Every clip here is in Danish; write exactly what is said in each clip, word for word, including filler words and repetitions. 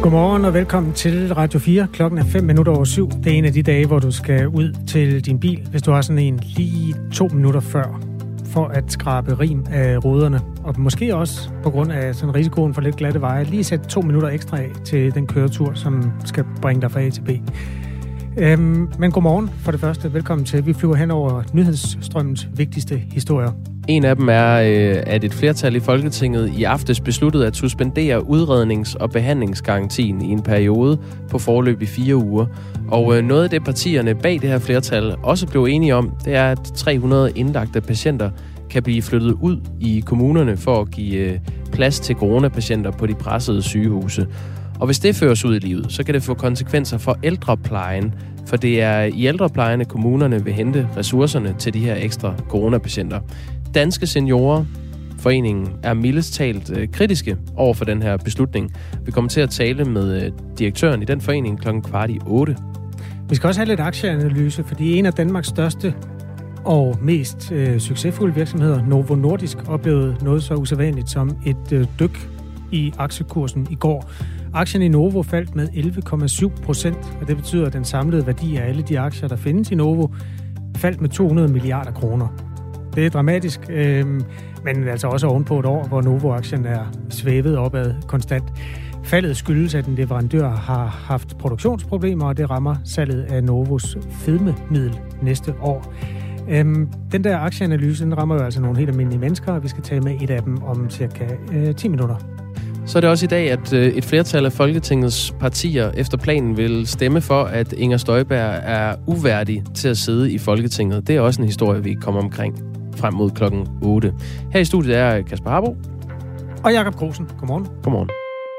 Godmorgen og velkommen til Radio fire. Klokken er fem minutter over syv. Det er en af de dage, hvor du skal ud til din bil, hvis du har sådan en lige to minutter før, for at skrabe rim af ruderne. Og måske også på grund af sådan risikoen for lidt glatte veje, lige sætte to minutter ekstra af til den køretur, som skal bringe dig fra A til B. Øhm, men godmorgen for det første. Velkommen til. Vi flyver hen over nyhedsstrømmens vigtigste historier. En af dem er, øh, at et flertal i Folketinget i aftes besluttede at suspendere udrednings- og behandlingsgarantien i en periode på forløb i fire uger. Og øh, noget af det, partierne bag det her flertal også blev enige om, det er, at tre hundrede indlagte patienter kan blive flyttet ud i kommunerne for at give øh, plads til coronapatienter på de pressede sygehuse. Og hvis det føres ud i livet, så kan det få konsekvenser for ældreplejen, for det er i ældreplejen, at kommunerne vil hente ressourcerne til de her ekstra coronapatienter. Danske Seniorer Foreningen er mildest talt øh, kritiske over for den her beslutning. Vi kommer til at tale med øh, direktøren i den forening klokken kvart i otte. Vi skal også have lidt aktieanalyse, fordi en af Danmarks største og mest øh, succesfulde virksomheder, Novo Nordisk, oplevede noget så usædvanligt som et øh, dyk i aktiekursen i går. Aktien i Novo faldt med elleve komma syv procent, og det betyder, at den samlede værdi af alle de aktier, der findes i Novo, faldt med to hundrede milliarder kroner. Det er dramatisk, øh, men altså også ovenpå et år, hvor Novo-aktien er svævet opad konstant. Faldet skyldes, at en leverandør har haft produktionsproblemer, og det rammer salget af Novos fedmemiddel næste år. Øhm, den der aktieanalyse, den rammer jo altså nogle helt almindelige mennesker, og vi skal tale med et af dem om cirka øh, ti minutter. Så er det også i dag, at et flertal af Folketingets partier efter planen vil stemme for, at Inger Støjberg er uværdig til at sidde i Folketinget. Det er også en historie, vi kommer omkring frem mod klokken otte. Her i studiet er Kasper Harbo. Og Jakob Grosen. Godmorgen. Godmorgen.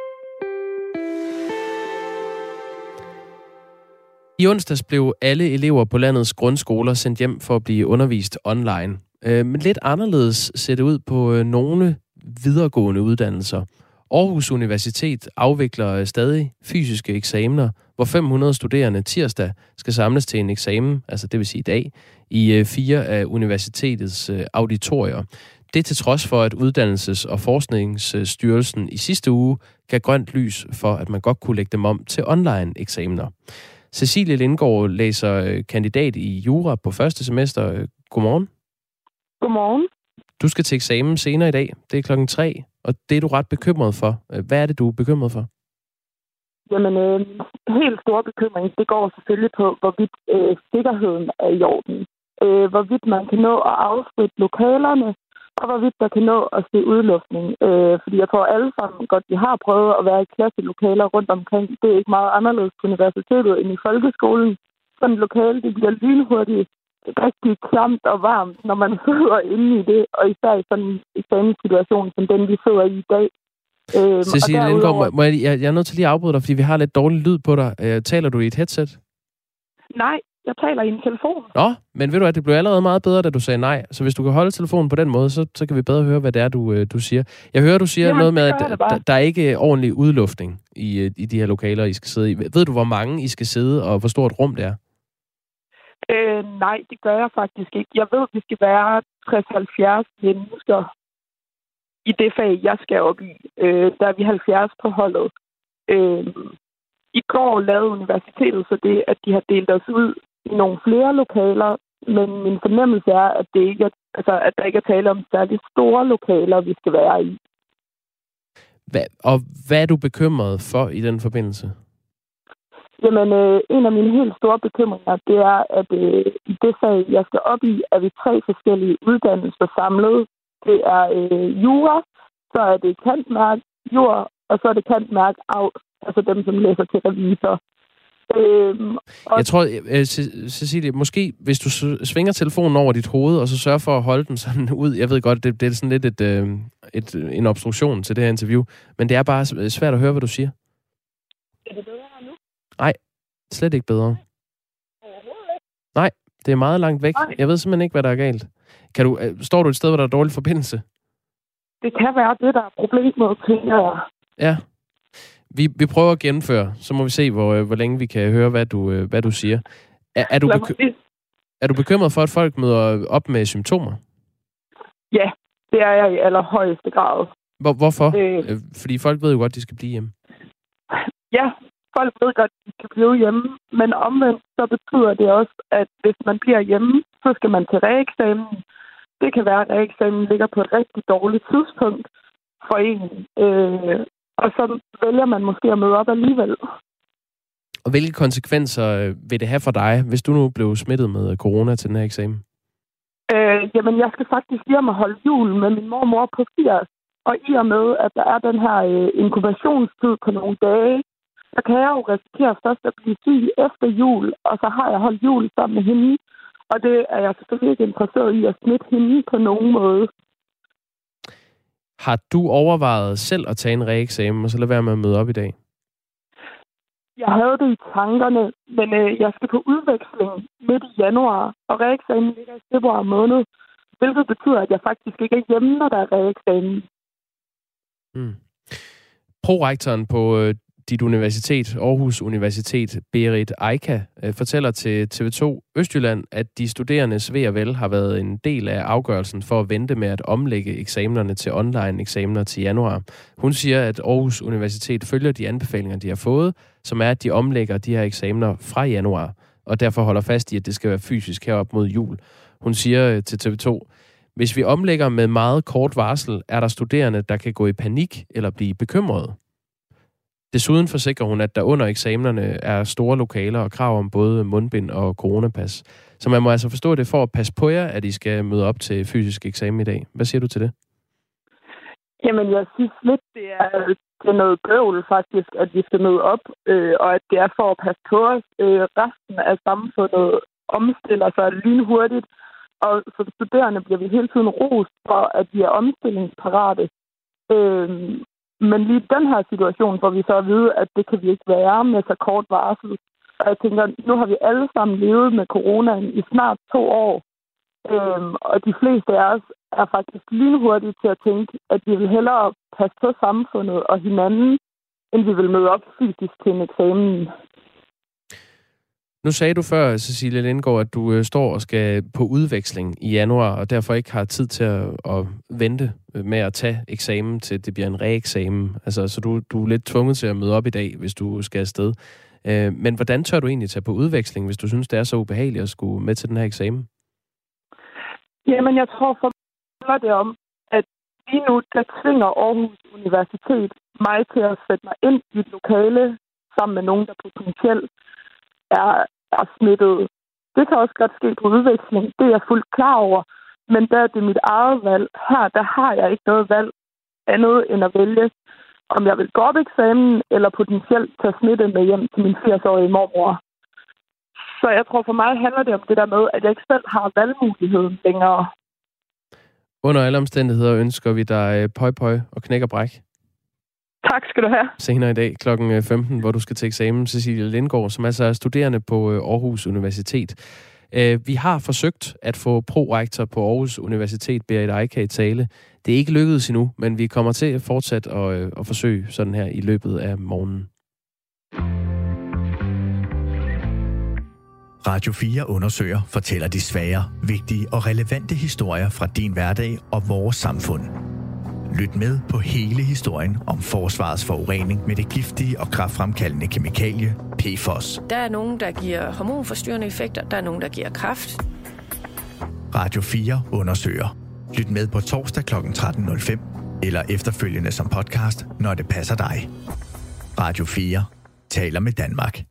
I onsdags blev alle elever på landets grundskoler sendt hjem for at blive undervist online. Men lidt anderledes ser det ud på nogle videregående uddannelser. Aarhus Universitet afvikler stadig fysiske eksamener, hvor fem hundrede studerende tirsdag skal samles til en eksamen, altså det vil sige i dag, i fire af universitetets auditorier. Det til trods for, at Uddannelses- og Forskningsstyrelsen i sidste uge gav grønt lys for, at man godt kunne lægge dem om til online-eksamener. Cecilie Lindgaard læser kandidat i jura på første semester. Godmorgen. Godmorgen. Du skal til eksamen senere i dag. Det er klokken tre, og det er du ret bekymret for. Hvad er det, du er bekymret for? Jamen, øh, helt stor bekymring, det går selvfølgelig på, hvorvidt øh, sikkerheden er i orden. Øh, hvorvidt man kan nå at afslutte lokalerne, og hvorvidt der kan nå at se udluftning. Øh, fordi jeg tror alle sammen godt, vi har prøvet at være i klasselokaler rundt omkring. Det er ikke meget anderledes på universitetet end i folkeskolen. Sådan et lokale, det bliver lynhurtigt rigtig klamt og varmt, når man sidder inde i det, og især i sådan en eksamenssituation som den, vi sidder i i dag. Øhm, Cecilie Lindgaard, må, må jeg, jeg, jeg er nødt til lige at afbryde dig, fordi vi har lidt dårlig lyd på dig. Uh, taler du i et headset? Nej, jeg taler i en telefon. Nå, men ved du at det blev allerede meget bedre, da du sagde nej. Så hvis du kan holde telefonen på den måde, så, så kan vi bedre høre, hvad det er, du, uh, du siger. Jeg hører, du siger Jamen, noget med, at der, der er ikke ordentlig udluftning i, i de her lokaler, I skal sidde i. Ved du, hvor mange I skal sidde, og hvor stort rum det er? Øh, nej, det gør jeg faktisk ikke. Jeg ved, at vi skal være tres til halvfjerds mennesker i det fag, jeg skal op i. Øh, der er vi halvfjerds på holdet. Øh, I går lavede universitetet så det, at de har delt os ud i nogle flere lokaler, men min fornemmelse er, at, det ikke er, altså, at der ikke er tale om særligt store lokaler, vi skal være i. Hvad, og hvad er du bekymret for i den forbindelse? Jamen, øh, en af mine helt store bekymringer, det er, at øh, i det fag, jeg skal op i, er vi tre forskellige uddannelser samlet. Det er øh, jura, så er det kantmærk, jura, og så er det kantmærk out, altså dem, som læser til revisor. Øhm, og... Jeg tror, øh, Cecilie, måske hvis du svinger telefonen over dit hoved, og så sørger for at holde den sådan ud. Jeg ved godt, det, det er sådan lidt et, øh, et, en obstruktion til det her interview, men det er bare svært at høre, hvad du siger. Er det bedre nu? Nej, slet ikke bedre. Nej, det er meget langt væk. Jeg ved simpelthen ikke, hvad der er galt. Kan du, står du et sted, hvor der er dårlig forbindelse? Det kan være det, der er problemet, tænker jeg. Ja. Vi, vi prøver at gennemføre, så må vi se, hvor, hvor længe vi kan høre, hvad du, hvad du siger. Er, er, du beky- er du bekymret for, at folk møder op med symptomer? Ja, det er jeg i allerhøjeste grad. Hvor, hvorfor? Øh, Fordi folk ved jo godt, de skal blive hjemme. ja, folk ved godt, at de skal blive hjemme, men omvendt så betyder det også, at hvis man bliver hjemme, så skal man til reeksamen. Det kan være, at reeksamen ligger på et rigtig dårligt tidspunkt for en, øh, og så vælger man måske at møde op alligevel. Og hvilke konsekvenser vil det have for dig, hvis du nu blev smittet med corona til den her eksamen? Øh, jamen, jeg skal faktisk hjem og holde jul med min mormor på firs. Og i og med, at der er den her øh, inkubationstid på nogle dage, så kan jeg jo risikere først at blive syg efter jul, og så har jeg holdt jul sammen med hende. Og det er jeg selvfølgelig ikke interesseret i at smitte hende på nogen måde. Har du overvejet selv at tage en reeksamen, og så lade være med at møde op i dag? Jeg havde det i tankerne, men øh, jeg skal på udveksling midt i januar, og reeksamen ligger i februar måned, hvilket betyder, at jeg faktisk ikke er hjemme, når der er reeksamen. Mm. Prorektoren på øh, dit universitet, Aarhus Universitet, Berit Eika, øh, fortæller til T V to Østjylland, at de studerendes ve og vel har været en del af afgørelsen for at vente med at omlægge eksamenerne til online-eksamener til januar. Hun siger, at Aarhus Universitet følger de anbefalinger, de har fået, som er, at de omlægger de her eksamener fra januar, og derfor holder fast i, at det skal være fysisk herop mod jul. Hun siger til T V to, hvis vi omlægger med meget kort varsel, er der studerende, der kan gå i panik eller blive bekymrede. Desuden forsikrer hun, at der under eksamenerne er store lokaler og krav om både mundbind og coronapas. Så man må altså forstå det for at passe på jer, at I skal møde op til fysisk eksamen i dag. Hvad siger du til det? Jamen, jeg synes lidt, det er, det er noget bøvl faktisk, at vi skal møde op, øh, og at det er for at passe på os. Øh, resten af samfundet omstiller sig lynhurtigt, og som studerende bliver vi hele tiden rost for, at vi er omstillingsparate. Øh, men lige i den her situation får vi så at vide, at det kan vi ikke være med så kort varsel. Og jeg tænker, nu har vi alle sammen levet med coronaen i snart to år. Øhm, og de fleste af os er faktisk lynhurtige til at tænke, at vi vil hellere passe på samfundet og hinanden, end vi vil møde op fysisk til en eksamen. Nu sagde du før, Cecilie Lindgaard, at du øh, står og skal på udveksling i januar, og derfor ikke har tid til at, at vente med at tage eksamen til det bliver en reeksamen. Altså, så du, du er lidt tvunget til at møde op i dag, hvis du skal afsted. Øh, men hvordan tør du egentlig tage på udveksling, hvis du synes, det er så ubehageligt at skulle med til den her eksamen? Jamen, jeg tror for mig det om, at lige nu, der tvinger Aarhus Universitet mig til at sætte mig ind i et lokale sammen med nogen, der potentielt er, er smittet. Det kan også godt ske på udveksling. Det er jeg fuldt klar over. Men der er det mit eget valg. Her, der har jeg ikke noget valg andet end at vælge, om jeg vil gå op eksamen, eller potentielt tage smitte med hjem til min firs-årige mormor. Så jeg tror for mig handler det om det der med, at jeg ikke selv har valgmuligheden længere. Under alle omstændigheder ønsker vi dig pøj pøj og knæk og bræk. Tak skal du have. Senere i dag klokken femten, hvor du skal til eksamen, Cecilie Lindgaard, som altså er studerende på Aarhus Universitet. Vi har forsøgt at få prorektor på Aarhus Universitet, Berit Eika, i tale. Det er ikke lykkedes endnu, men vi kommer til at fortsætte at, at forsøge sådan her i løbet af morgenen. Radio fire undersøger, fortæller de svære, vigtige og relevante historier fra din hverdag og vores samfund. Lyt med på hele historien om forsvarets forurening med det giftige og kræftfremkaldende kemikalie P F O S. Der er nogen, der giver hormonforstyrrende effekter. Der er nogen, der giver kræft. Radio fire undersøger. Lyt med på torsdag klokken tretten nul fem eller efterfølgende som podcast, når det passer dig. Radio fire taler med Danmark.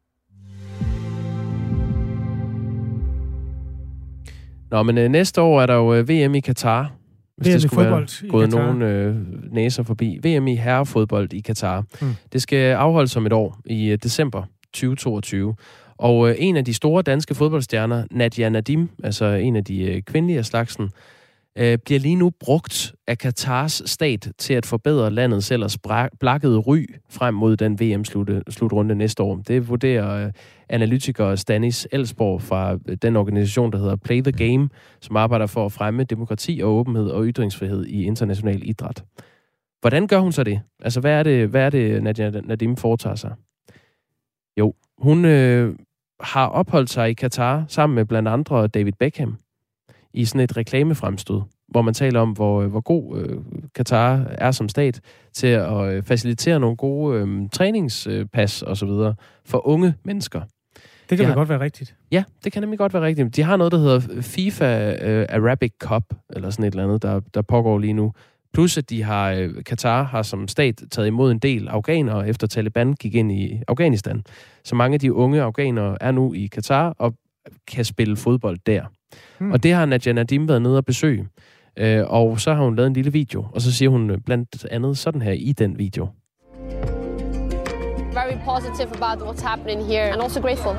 Nå, men øh, næste år er der jo øh, V M i Katar. Hvis V M det skulle fodbold være gået i Katar. nogen øh, næser forbi. V M i herrefodbold i Katar. Mm. Det skal afholdes om et år i øh, december tyve toogtyve. Og øh, en af de store danske fodboldstjerner, Nadia Nadim, altså en af de øh, kvindelige af slagsen, øh, bliver lige nu brugt af Katars stat til at forbedre landets ellers bra- blakkede ry frem mod den V M-slutrunde næste år. Det vurderer øh, analytiker Stanis Elsborg fra øh, den organisation, der hedder Play the Game, som arbejder for at fremme demokrati og åbenhed og ytringsfrihed i international idræt. Hvordan gør hun så det? Altså, hvad er det, hvad er det Nadia Nadim foretager sig? Jo, hun øh, har opholdt sig i Katar sammen med blandt andre David Beckham i sådan et reklamefremstød. hvor man taler om, hvor, hvor god øh, Katar er som stat til at øh, facilitere nogle gode øh, træningspas og så videre for unge mennesker. Det kan har, da godt være rigtigt. Ja, det kan nemlig godt være rigtigt. De har noget, der hedder FIFA øh, Arabic Cup, eller sådan et eller andet, der, der pågår lige nu. Plus, at de har, øh, Katar har som stat taget imod en del afghanere, efter Taliban gik ind i Afghanistan. Så mange af de unge afghanere er nu i Katar og kan spille fodbold der. Hmm. Og det har Nadia Nadim været nede og besøge. Øh, og så har hun lavet en lille video, og så siger hun blandt andet sådan her i den video. Very positive about what's happening here and also grateful.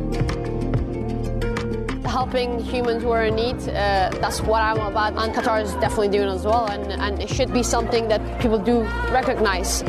Helping humans who are in need, uh, that's what I'm about, and Qatar is definitely doing as well, and, and it should be something that people do recognize.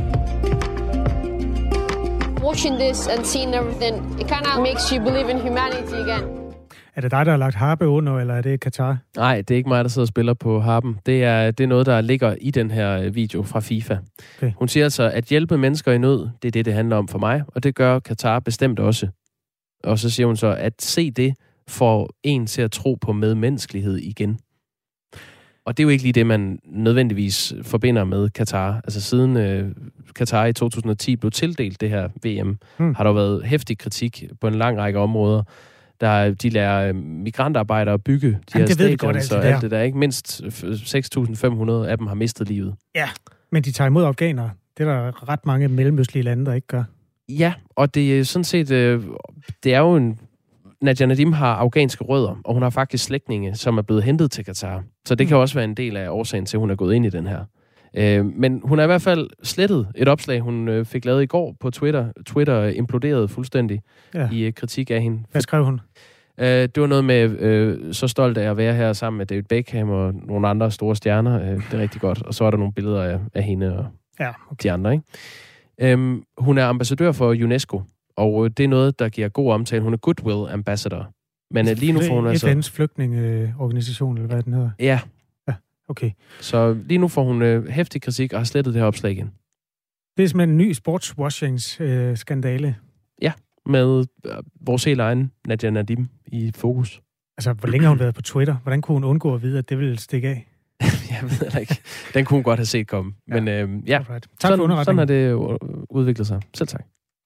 Watching this and seeing everything, it kind of makes you believe in humanity again. Er det dig, der har lagt harpe under, eller er det Katar? Nej, det er ikke mig, der sidder og spiller på harpen. Det er, det er noget, der ligger i den her video fra FIFA. Okay. Hun siger altså, at hjælpe mennesker i nød, det er det, det handler om for mig, og det gør Katar bestemt også. Og så siger hun så, at se det får en til at tro på medmenneskelighed igen. Og det er jo ikke lige det, man nødvendigvis forbinder med Katar. Altså siden øh, Katar i to tusind og ti blev tildelt det her V M, hmm. har der været heftig kritik på en lang række områder. Der, de lærer migrantarbejdere bygge de Jamen, her stadions og alt det der. Ikke mindst seks tusind fem hundrede af dem har mistet livet. Ja, men de tager imod afghanere. Det er der ret mange mellemøstlige lande, der ikke gør. Ja, og det er sådan set, øh, det er jo en... Nadia Nadim har afghanske rødder, og hun har faktisk slægtninge, som er blevet hentet til Katar. Så det mm. kan også være en del af årsagen til, at hun er gået ind i den her. Øh, men hun har i hvert fald slettet et opslag, hun øh, fik lavet i går på Twitter. Twitter imploderede fuldstændig ja. i øh, kritik af hende. Hvad skrev hun? Øh, det var noget med, øh, så stolt af at være her sammen med David Beckham og nogle andre store stjerner. Øh, det er rigtig godt. Og så er der nogle billeder af, af hende og ja, okay. de andre. Ikke? Øh, hun er ambassadør for UNESCO. Og det er noget, der giver god omtale. Hun er Goodwill Ambassador. Men uh, lige nu får hun altså... F N's flygtningeorganisation, eller hvad den hedder? Ja. Ja, okay. Så lige nu får hun uh, heftig kritik og har slettet det her opslag igen. Det er simpelthen en ny sportswashings-skandale. Uh, ja, med uh, vores helt egen Nadia Nadim i fokus. Altså, hvor længe har hun været på Twitter? Hvordan kunne hun undgå at vide, at det ville stikke af? Jeg ved det ikke. Den kunne hun godt have set komme. Men ja, uh, ja. tak sådan, for underretningen. Sådan har det udviklet sig. Selv tak.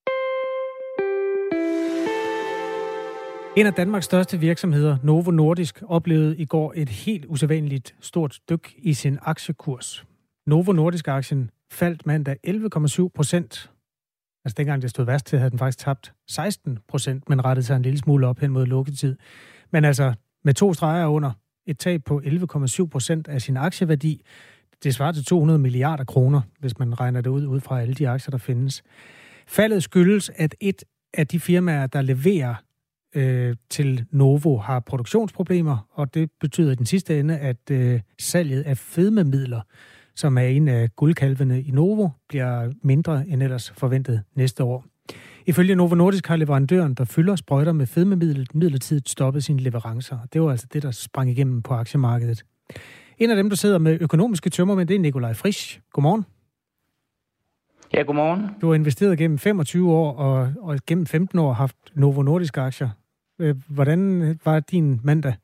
En af Danmarks største virksomheder, Novo Nordisk, oplevede i går et helt usædvanligt stort dyk i sin aktiekurs. Novo Nordisk-aktien faldt mandag elleve komma syv procent. Altså dengang det stod værst til, havde den faktisk tabt seksten procent, men rettede sig en lille smule op hen mod lukketid. Men altså med to streger under et tab på elleve komma syv procent af sin aktieværdi. Det svarer til to hundrede milliarder kroner, hvis man regner det ud, ud fra alle de aktier, der findes. Faldet skyldes, at et af de firmaer, der leverer til Novo har produktionsproblemer, og det betyder i den sidste ende, at øh, salget af fedmemidler, som er en af guldkalvene i Novo, bliver mindre end ellers forventet næste år. Ifølge Novo Nordisk har leverandøren, der fylder sprøjter med fedmemiddel, midlertidigt stoppet sine leverancer. Det var altså det, der sprang igennem på aktiemarkedet. En af dem, der sidder med økonomiske tømmermænd, det er Nikolaj Frisch. Godmorgen. Ja, godmorgen. Du har investeret gennem femogtyve år, og, og gennem femten år haft Novo Nordisk aktier. Hvordan var din mandag?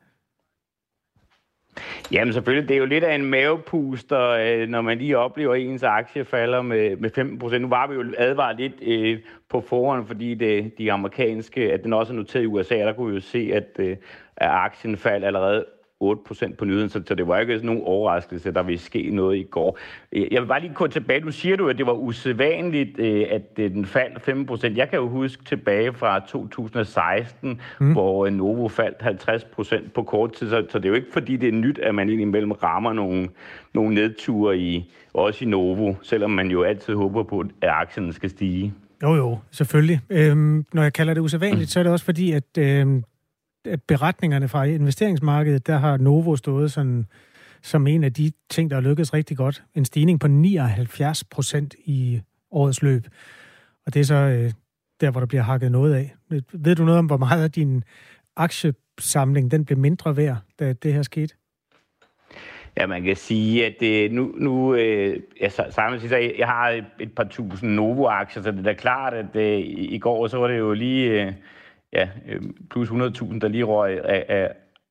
Jamen selvfølgelig, det er jo lidt af en mavepuster, når man lige oplever, at ens aktie falder med, med femten procent. Nu var vi jo advaret lidt øh, på forhånd, fordi det, de amerikanske, at den også er noteret i U S A, der kunne vi jo se, at, øh, at aktien faldt allerede otte procent på nyheden, så, så det var ikke sådan nogen overraskelse, der ville ske noget i går. Jeg vil bare lige gå tilbage. Nu siger du, at det var usædvanligt, at den faldt femten procent. Jeg kan jo huske tilbage fra to tusind og seksten, mm. hvor Novo faldt halvtreds procent på kort tid, så, så det er jo ikke fordi, det er nyt, at man indimellem rammer nogle, nogle nedture i, også i Novo, selvom man jo altid håber på, at aktien skal stige. Jo, jo, selvfølgelig. Øhm, når jeg kalder det usædvanligt, mm. så er det også fordi, at øhm at beretningerne fra investeringsmarkedet, der har Novo stået sådan, som en af de ting, der er lykkedes rigtig godt. En stigning på nioghalvfjerds procent i årets løb. Og det er så øh, der, hvor der bliver hakket noget af. Ved du noget om, hvor meget af din aktiesamling, den blev mindre værd, da det her skete? Ja, man kan sige, at det, nu, nu øh, jeg, samtidig, jeg, jeg har et, et par tusind Novo-aktier, så det er da klart, at øh, i går så var det jo lige... Øh, Ja, plus hundrede tusind, der lige røg af, af,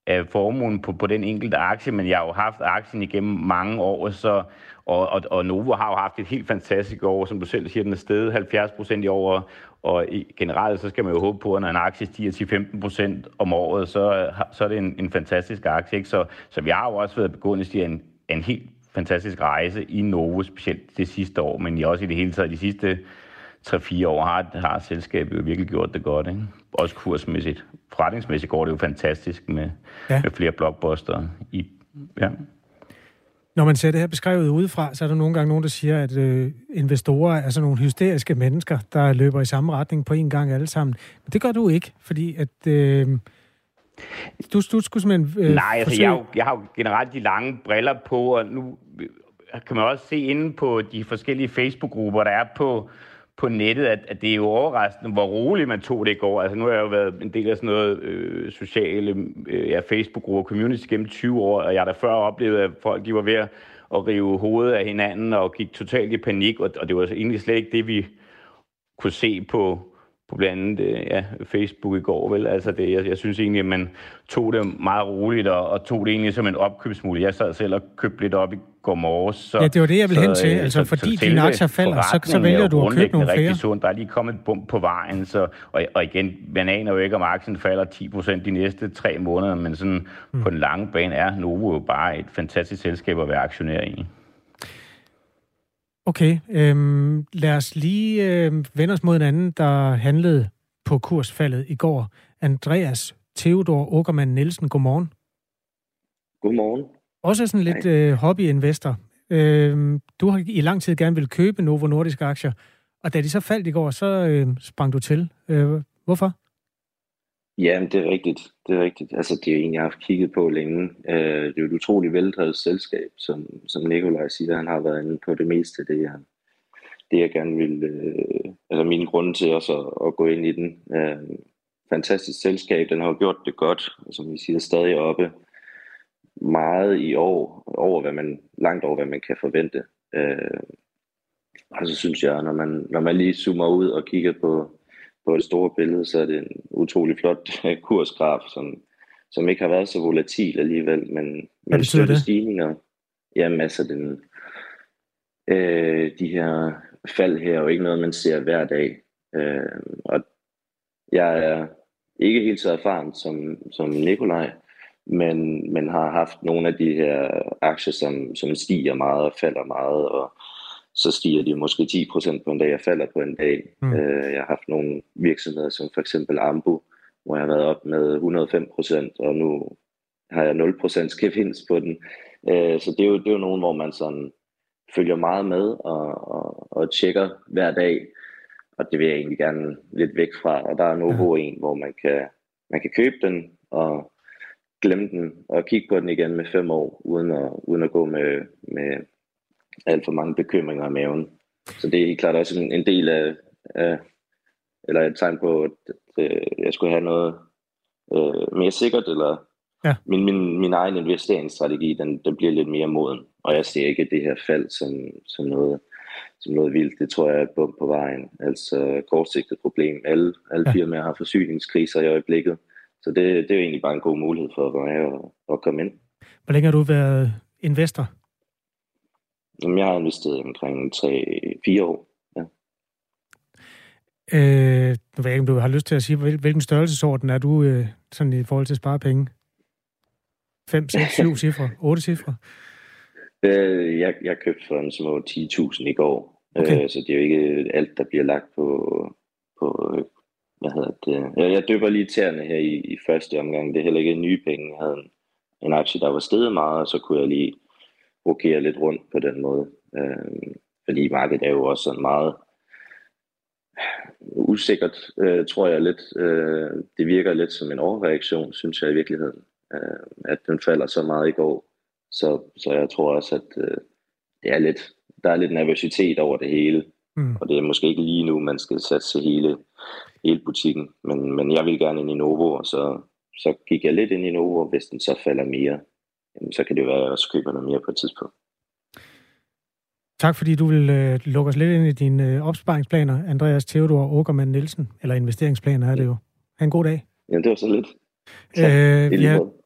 af formuen på, på den enkelte aktie, men jeg har jo haft aktien igennem mange år, så, og, og, og Novo har jo haft et helt fantastisk år, som du selv siger, den er steget halvfjerds procent i år, og i, generelt så skal man jo håbe på, at når en aktie stiger til femten procent om året, så, så er det en, en fantastisk aktie, ikke? Så, så vi har jo også været begyndt en, en helt fantastisk rejse i Novo, specielt det sidste år, men også i det hele taget de sidste tre fire år har, har selskabet jo virkelig gjort det godt, ikke? Også kursmæssigt. Forretningsmæssigt går det jo fantastisk med, ja. med flere blockbuster. I, ja. Når man ser det her beskrevet udefra, så er der nogle gange nogen, der siger, at øh, investorer er sådan nogle hysteriske mennesker, der løber i samme retning på en gang alle sammen. Men det gør du ikke, fordi at øh, du, du skulle simpelthen øh, Nej, altså forsøge... jeg har, jo, jeg har jo generelt de lange briller på, og nu kan man også se inde på de forskellige Facebook-grupper, der er på på nettet, at, at det er jo overraskende, hvor roligt man tog det i går. Altså nu har jeg jo været en del af sådan noget øh, sociale øh, ja, Facebook-grupper, community gennem tyve år, og jeg har da før oplevet, at folk de var ved at rive hovedet af hinanden og gik totalt i panik, og, og det var altså egentlig slet ikke det, vi kunne se på, på blandt andet øh, ja, Facebook i går. Vel? Altså det, jeg, jeg synes egentlig, at man tog det meget roligt og, og tog det egentlig som en opkøbsmulighed. Jeg sad selv og købte lidt op i går morges. Så, ja, det var det, jeg ville så, hen til. Altså, så, fordi så dine aktier falder, så, så vælger du at købe nogle flere. Sund. Der er lige kommet et bump på vejen, så, og, og igen, man aner jo ikke, om aktien falder ti procent de næste tre måneder, men sådan mm. på den lange bane er Novo jo bare et fantastisk selskab at være aktionær i. Okay, øhm, lad os lige øh, vende os mod en anden, der handlede på kursfaldet i går. Andreas Theodor Åkermann Nielsen, godmorgen. Godmorgen. Også sådan lidt øh, hobbyinvestor. Øh, du har i lang tid gerne vil købe Novo Nordisk aktier, og da de så faldt i går, så øh, sprang du til. Øh, hvorfor? Jamen, det er rigtigt. Det er rigtigt. Altså, det er jo en, jeg har haft kigget på længe. Øh, det er jo et utroligt veldrevet selskab, som, som Nikolaj siger. Han har været inde på det meste af det, jeg, det, jeg gerne vil... Øh, altså, mine grunde til også at, at gå ind i den. Øh, fantastisk selskab. Den har jo gjort det godt, som vi siger, stadig oppe. Meget i år, over hvad man, langt over, hvad man kan forvente. Øh, og så synes jeg, når man, når man lige zoomer ud og kigger på, på det store billede, så er det en utrolig flot kursgraf, som, som ikke har været så volatil alligevel, men, men støtte stigninger. Jamen altså, den, øh, de her fald her er jo ikke noget, man ser hver dag. Øh, og jeg er ikke helt så erfaren som, som Nikolaj, men, men har haft nogle af de her aktier, som, som stiger meget og falder meget, og så stiger de måske ti procent på en dag og falder på en dag. Mm. Uh, jeg har haft nogle virksomheder, som for eksempel Ambu, hvor jeg har været op med et hundrede og fem procent, og nu har jeg nul procent gevinst på den. Uh, så det er, jo, det er jo nogen, hvor man sådan følger meget med og, og, og tjekker hver dag, og det vil jeg egentlig gerne lidt væk fra. Og der er Novo en, hvor man kan, man kan købe den og glemme den og kigge på den igen med fem år, uden at, uden at gå med, med alt for mange bekymringer i maven. Så det er helt klart også en, en del af, af, eller et tegn på, at, at jeg skulle have noget øh, mere sikkert, eller ja. min, min, min egen investeringsstrategi, den, den bliver lidt mere moden. Og jeg ser ikke det her fald som, som, noget, som noget vildt. Det tror jeg er et bump på vejen. Altså kortsigtet problem. Alle, alle ja. firmaer har forsyningskriser i øjeblikket. Så det, det er jo egentlig bare en god mulighed for mig at, at komme ind. Hvor længe har du været investor? Jamen, jeg har investeret omkring tre fire år. Ja. Øh, nu ved jeg ikke, om du har lyst til at sige, hvilken størrelsesorden er du øh, sådan i forhold til at spare penge? fem, seks, syv cifre? otte cifre? Øh, jeg, jeg købte for en små ti tusind i går. Okay. Øh, så det er jo ikke alt, der bliver lagt på... på hvad hedder det? Jeg, jeg dypper lige tæerne her i, i første omgang. Det er heller ikke nye penge. Jeg havde en, en aktie, der var steget meget, og så kunne jeg lige rokere lidt rundt på den måde. Øh, fordi markedet er jo også sådan meget usikkert, øh, tror jeg lidt. Øh, det virker lidt som en overreaktion, synes jeg i virkeligheden. Øh, at den falder så meget i går. Så, så jeg tror også, at øh, det er lidt, der er lidt nervøsitet over det hele. Mm. Og det er måske ikke lige nu, man skal satse hele, hele butikken. Men, men jeg vil gerne ind i Novo, og så, så gik jeg lidt ind i Novo, og hvis den så falder mere, jamen, så kan det være, at jeg også køber noget mere på et tidspunkt. Tak fordi du vil øh, lukke os lidt ind i dine øh, opsparingsplaner, Andreas Theodor Åkermann Nielsen, eller investeringsplaner er det jo. Ha' en god dag. Jamen, det var så lidt. Øh, vi, har,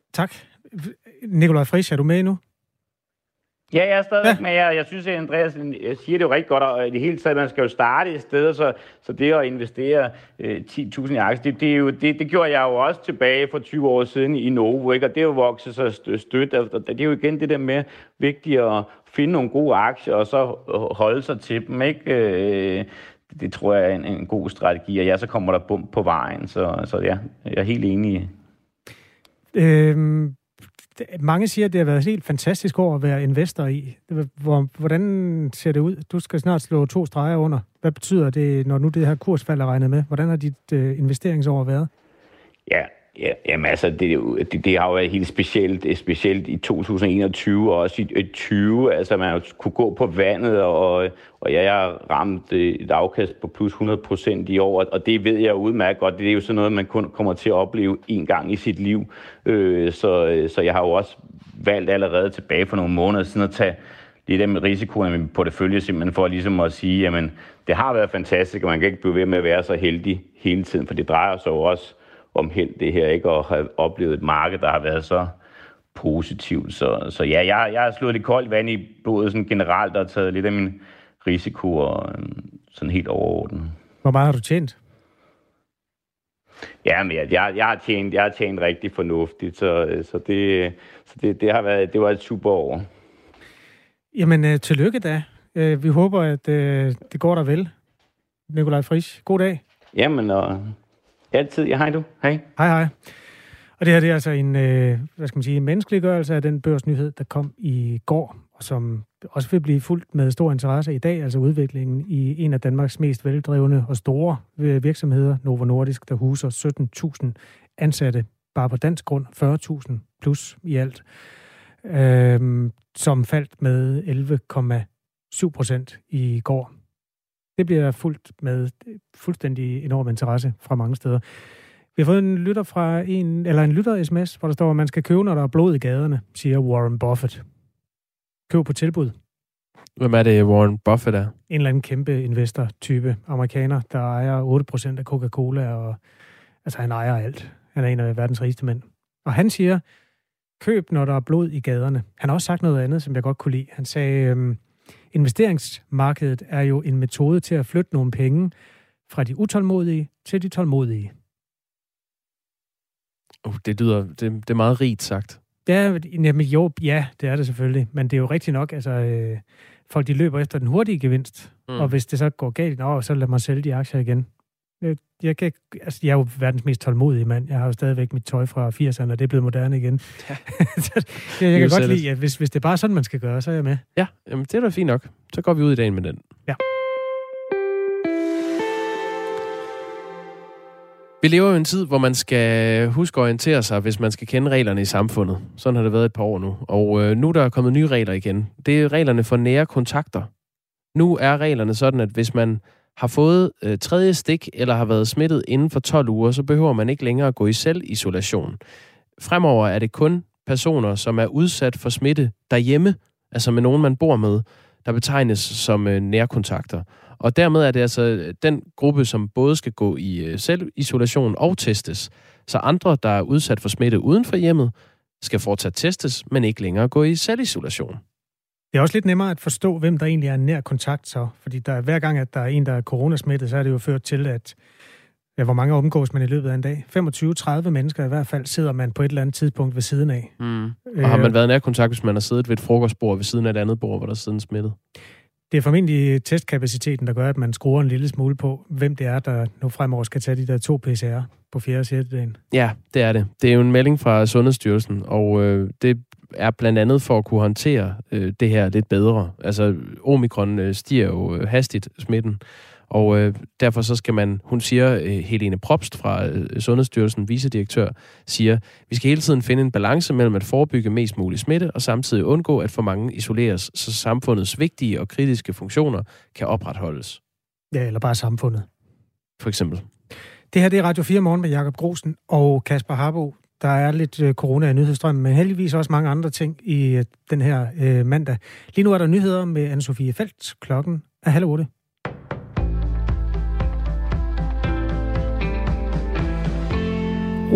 Tak. Nikolaj Friis, er du med nu? Ja, jeg er stadigvæk Ja. med. Jeg, jeg synes, at Andreas siger det jo rigtig godt, og i det hele taget, man skal jo starte et sted, så, så det at investere øh, ti tusind i aktier, det, det, er jo, det, det gjorde jeg jo også tilbage for tyve år siden i Novo, ikke? Og det er jo vokset så stødt. Det er jo igen det der med vigtigt at finde nogle gode aktier, og så holde sig til dem, ikke? Øh, det tror jeg er en, en god strategi, og ja, så kommer der bump på vejen, så, så ja, jeg er helt enig. Øhm, mange siger, at det har været et helt fantastisk år at være investor i. Hvordan ser det ud? Du skal snart slå to streger under. Hvad betyder det, når nu det her kursfald er regnet med? Hvordan har dit øh, investeringsår været? Ja, ja, jamen altså, det, det, det har jo været helt specielt, specielt i to tusind enogtyve og også i tyve. Altså, man kunne gå på vandet, og, og jeg har ramt et afkast på plus hundrede procent i år, og det ved jeg udmærket godt. Det er jo sådan noget, man kun kommer til at opleve en gang i sit liv. Øh, så, så jeg har jo også valgt allerede tilbage for nogle måneder siden at tage lidt af med risikoen i min portefølje, simpelthen for ligesom at sige, jamen, det har været fantastisk, og man kan ikke blive ved med at være så heldig hele tiden, for det drejer sig jo også om held det her, ikke? Og have oplevet et marked, der har været så positivt. Så, så ja, jeg, jeg har slået lidt koldt vand i blodet sådan generelt, og taget lidt af min risiko og sådan helt overordnet. Hvor meget har du tjent? Ja, men jeg, jeg, jeg, har, tjent, jeg har tjent rigtig fornuftigt, så, så, det, så det, det har været, det var et super år. Jamen, øh, tillykke da. Øh, vi håber, at øh, det går dig vel. Nikolaj Friis, god dag. Jamen, og altid. Ja, hej du. Hej. Hej, hej. Og det her, det er altså en, øh, hvad skal man sige, en menneskeliggørelse af den børsnyhed, der kom i går, og som også vil blive fulgt med stor interesse i dag, altså udviklingen i en af Danmarks mest veldrevne og store virksomheder, Novo Nordisk, der huser sytten tusind ansatte, bare på dansk grund, fyrre tusind plus i alt, øh, som faldt med elleve komma syv procent i går. Det bliver fulgt med fuldstændig enorm interesse fra mange steder. Vi har fået en lytter fra en, eller en lytter-sms, hvor der står, at man skal købe, når der er blod i gaderne, siger Warren Buffett. Køb på tilbud. Hvem er det, Warren Buffett er? En eller anden kæmpe investor-type amerikaner, der ejer otte procent af Coca-Cola, og altså han ejer alt. Han er en af verdens rigeste mænd. Og han siger, køb, når der er blod i gaderne. Han har også sagt noget andet, som jeg godt kunne lide. Han sagde, øhm, investeringsmarkedet er jo en metode til at flytte nogle penge fra de utålmodige til de tålmodige. Uh, det lyder, det, det er meget rigt sagt. Ja, jamen jo, ja, det er det selvfølgelig. Men det er jo rigtigt nok, altså øh, folk de løber efter den hurtige gevinst. Mm. Og hvis det så går galt, nå, så lad mig sælge de aktier igen. Jeg, jeg, kan, altså, jeg er jo verdens mest tålmodige mand. Jeg har jo stadigvæk mit tøj fra firserne, og det er blevet moderne igen. Ja. jeg, jeg kan godt lide, at hvis, hvis det er bare sådan, man skal gøre, så er jeg med. Ja, jamen, det er da fint nok. Så går vi ud i dagen med den. Ja. Vi lever jo i en tid, hvor man skal huske at orientere sig, hvis man skal kende reglerne i samfundet. Sådan har det været et par år nu. Og øh, nu der er kommet nye regler igen. Det er reglerne for nære kontakter. Nu er reglerne sådan, at hvis man har fået øh, tredje stik eller har været smittet inden for tolv uger, så behøver man ikke længere at gå i selvisolation. Fremover er det kun personer, som er udsat for smitte derhjemme, altså med nogen, man bor med, der betegnes som øh, nærkontakter. Og dermed er det altså den gruppe, som både skal gå i selvisolation og testes. Så andre, der er udsat for smitte uden for hjemmet, skal fortsat testes, men ikke længere gå i selvisolation. Det er også lidt nemmere at forstå, hvem der egentlig er en nær kontakt så. Fordi der, hver gang, at der er en, der er coronasmittet, så er det jo ført til, at ja, hvor mange omgås man i løbet af en dag? femogtyve til tredive mennesker i hvert fald sidder man på et eller andet tidspunkt ved siden af. Mm. Og øh, har man været i nær kontakt, hvis man har siddet ved et frokostbord ved siden af et andet bord, hvor der sidder smittet? Det er formentlig testkapaciteten, der gør, at man skruer en lille smule på, hvem det er, der nu fremover skal tage de der to P C R på fjerde og sjette dagen. Ja, det er det. Det er jo en melding fra Sundhedsstyrelsen, og øh, det er blandt andet for at kunne håndtere øh, det her lidt bedre. Altså, omikron øh, stiger jo øh, hastigt smitten, og øh, derfor så skal man, hun siger, øh, Helene Probst fra øh, Sundhedsstyrelsen, vicedirektør, siger, vi skal hele tiden finde en balance mellem at forebygge mest mulig smitte, og samtidig undgå, at for mange isoleres, så samfundets vigtige og kritiske funktioner kan opretholdes. Ja, eller bare samfundet. For eksempel. Det her det er Radio fire Morgen med Jakob Grosen og Kasper Harbo. Der er lidt øh, corona i nyhedsstrømmen, men heldigvis også mange andre ting i øh, den her øh, mandag. Lige nu er der nyheder med Anne-Sophie Feldt. Klokken er halv otte.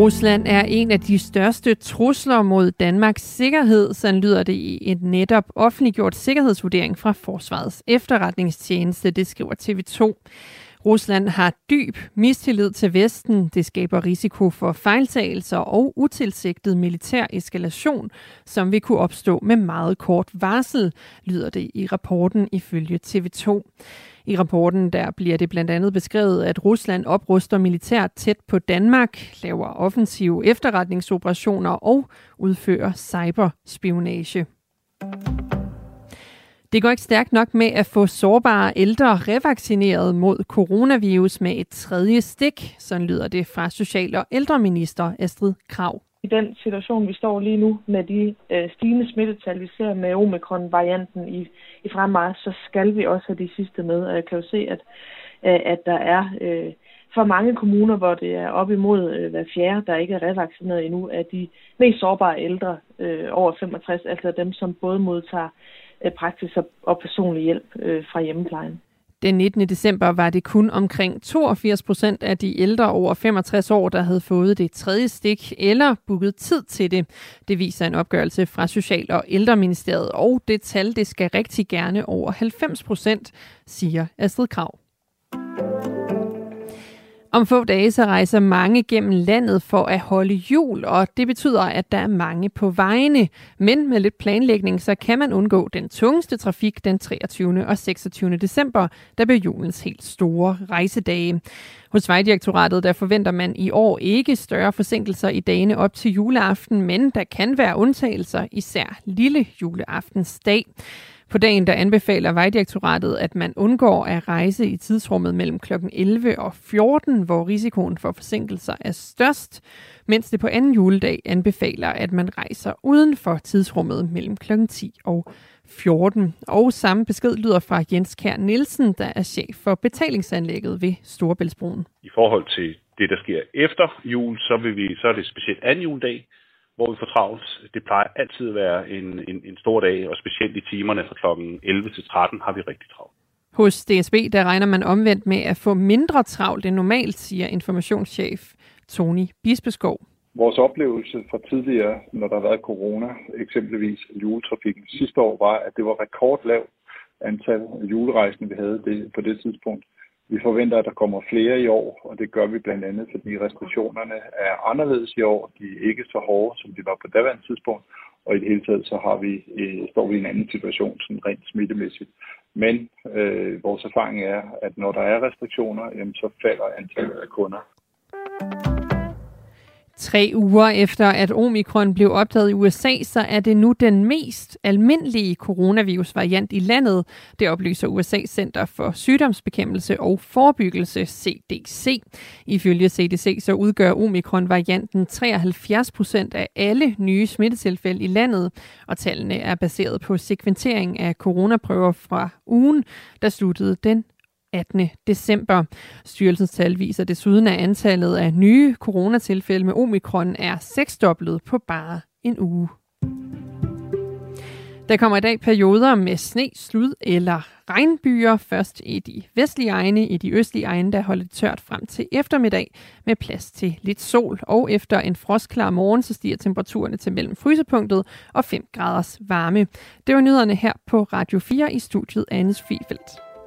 Rusland er en af de største trusler mod Danmarks sikkerhed, sådan lyder det i en netop offentliggjort sikkerhedsvurdering fra Forsvarets efterretningstjeneste, det skriver T V to. Rusland har dyb mistillid til Vesten. Det skaber risiko for fejltagelser og utilsigtet militær eskalation, som vil kunne opstå med meget kort varsel, lyder det i rapporten ifølge T V to. I rapporten der bliver det blandt andet beskrevet, at Rusland opruster militært tæt på Danmark, laver offensive efterretningsoperationer og udfører cyberspionage. Det går ikke stærkt nok med at få sårbare ældre revaccineret mod coronavirus med et tredje stik. Sådan lyder det fra social- og ældreminister Astrid Krag. I den situation, vi står lige nu med de øh, stigende smittetal, vi ser med omikron-varianten i, i fremmarch, så skal vi også have de sidste med. Og jeg kan jo se, at, øh, at der er øh, for mange kommuner, hvor det er op imod øh, hver fjerde, der ikke er revaccineret endnu, af de mest sårbare ældre øh, over femogtres, altså dem, som både modtager øh, praktisk og personlig hjælp øh, fra hjemmeplejen. Den nittende december var det kun omkring toogfirs procent af de ældre over femogtres år, der havde fået det tredje stik eller booket tid til det. Det viser en opgørelse fra Social- og Ældreministeriet, og det tal det skal rigtig gerne over halvfems procent, siger Astrid Krag. Om få dage så rejser mange gennem landet for at holde jul, og det betyder, at der er mange på vejene. Men med lidt planlægning, så kan man undgå den tungeste trafik den treogtyvende og seksogtyvende december, der bliver julens helt store rejsedage. Hos Vejdirektoratet der forventer man i år ikke større forsinkelser i dagene op til juleaften, men der kan være undtagelser, især lille juleaftensdag. På dagen der anbefaler Vejdirektoratet, at man undgår at rejse i tidsrummet mellem klokken elleve og fjorten, hvor risikoen for forsinkelser er størst, mens det på anden juledag anbefaler, at man rejser uden for tidsrummet mellem klokken ti og fjorten. Og samme besked lyder fra Jens Kjær Nielsen, der er chef for betalingsanlægget ved Storebæltsbroen. I forhold til det, der sker efter jul, så, vil vi, så er det specielt anden juledag, hvor vi får travlt. Det plejer altid at være en, en, en stor dag, og specielt i timerne fra klokken elleve til tretten har vi rigtig travlt. Hos D S B der regner man omvendt med at få mindre travlt end normalt, siger informationschef Tony Bispeskov. Vores oplevelse fra tidligere, når der har været corona, eksempelvis juletrafikken sidste år, var, at det var rekordlavt antal julerejsende, vi havde det, på det tidspunkt. Vi forventer, at der kommer flere i år, og det gør vi blandt andet, fordi restriktionerne er anderledes i år. De er ikke så hårde, som de var på daværende tidspunkt, og i det hele taget så har vi, øh, står vi i en anden situation, sådan rent smittemæssigt. Men øh, vores erfaring er, at når der er restriktioner, jamen, så falder antallet af kunder. Tre uger efter, at omikron blev opdaget i U S A, så er det nu den mest almindelige coronavirusvariant i landet. Det oplyser U S A Center for Sygdomsbekæmpelse og Forebyggelse, C D C. Ifølge C D C så udgør omikron-varianten treoghalvfjerds procent af alle nye smittetilfælde i landet, og tallene er baseret på sekventering af coronaprøver fra ugen, der sluttede den attende december. Styrelsens tal viser desuden, at antallet af nye coronatilfælde med omikron er seksdoblet på bare en uge. Der kommer i dag perioder med sne, slud eller regnbyger. Først i de vestlige egne, i de østlige egne, der holder det tørt frem til eftermiddag med plads til lidt sol. Og efter en frostklar morgen, så stiger temperaturerne til mellem frysepunktet og fem graders varme. Det var nyhederne her på Radio fire i studiet Anne Sofie Feldt.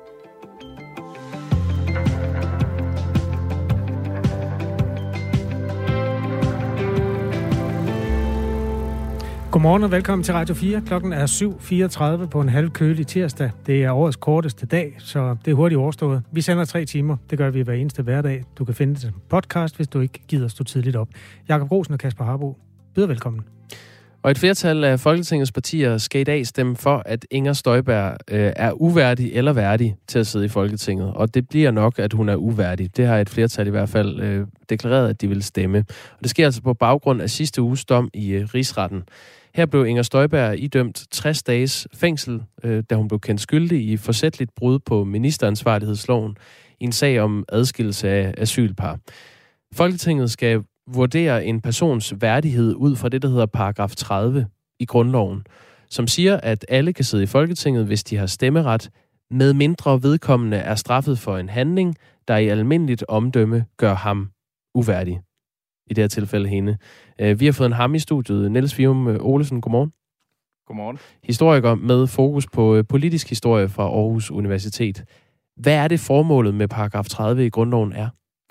Godmorgen og velkommen til Radio fire. Klokken er syv fireogtredive på en halvkølig tirsdag. Det er årets korteste dag, så det er hurtigt overstået. Vi sender tre timer. Det gør vi hver eneste hverdag. Du kan finde det som podcast, hvis du ikke gider stå tidligt op. Jakob Rosen og Kasper Harbo, byder velkommen. Og et flertal af Folketingets partier skal i dag stemme for, at Inger Støjberg øh, er uværdig eller værdig til at sidde i Folketinget. Og det bliver nok, at hun er uværdig. Det har et flertal i hvert fald øh, deklareret, at de vil stemme. Og det sker altså på baggrund af sidste uges dom i øh, Rigsretten. Her blev Inger Støjberg idømt tres dages fængsel, øh, da hun blev kendt skyldig i forsætligt brud på ministeransvarlighedsloven i en sag om adskillelse af asylpar. Folketinget skal vurdere en persons værdighed ud fra det, der hedder paragraf tredive i grundloven, som siger, at alle kan sidde i Folketinget, hvis de har stemmeret, med mindre vedkommende er straffet for en handling, der i almindeligt omdømme gør ham uværdig. i det her tilfælde hende. Vi har fået en ham i studiet. Niels Vium Olesen, godmorgen. Godmorgen. Historiker med fokus på politisk historie fra Aarhus Universitet. Hvad er det formålet med paragraf tredive i grundloven er?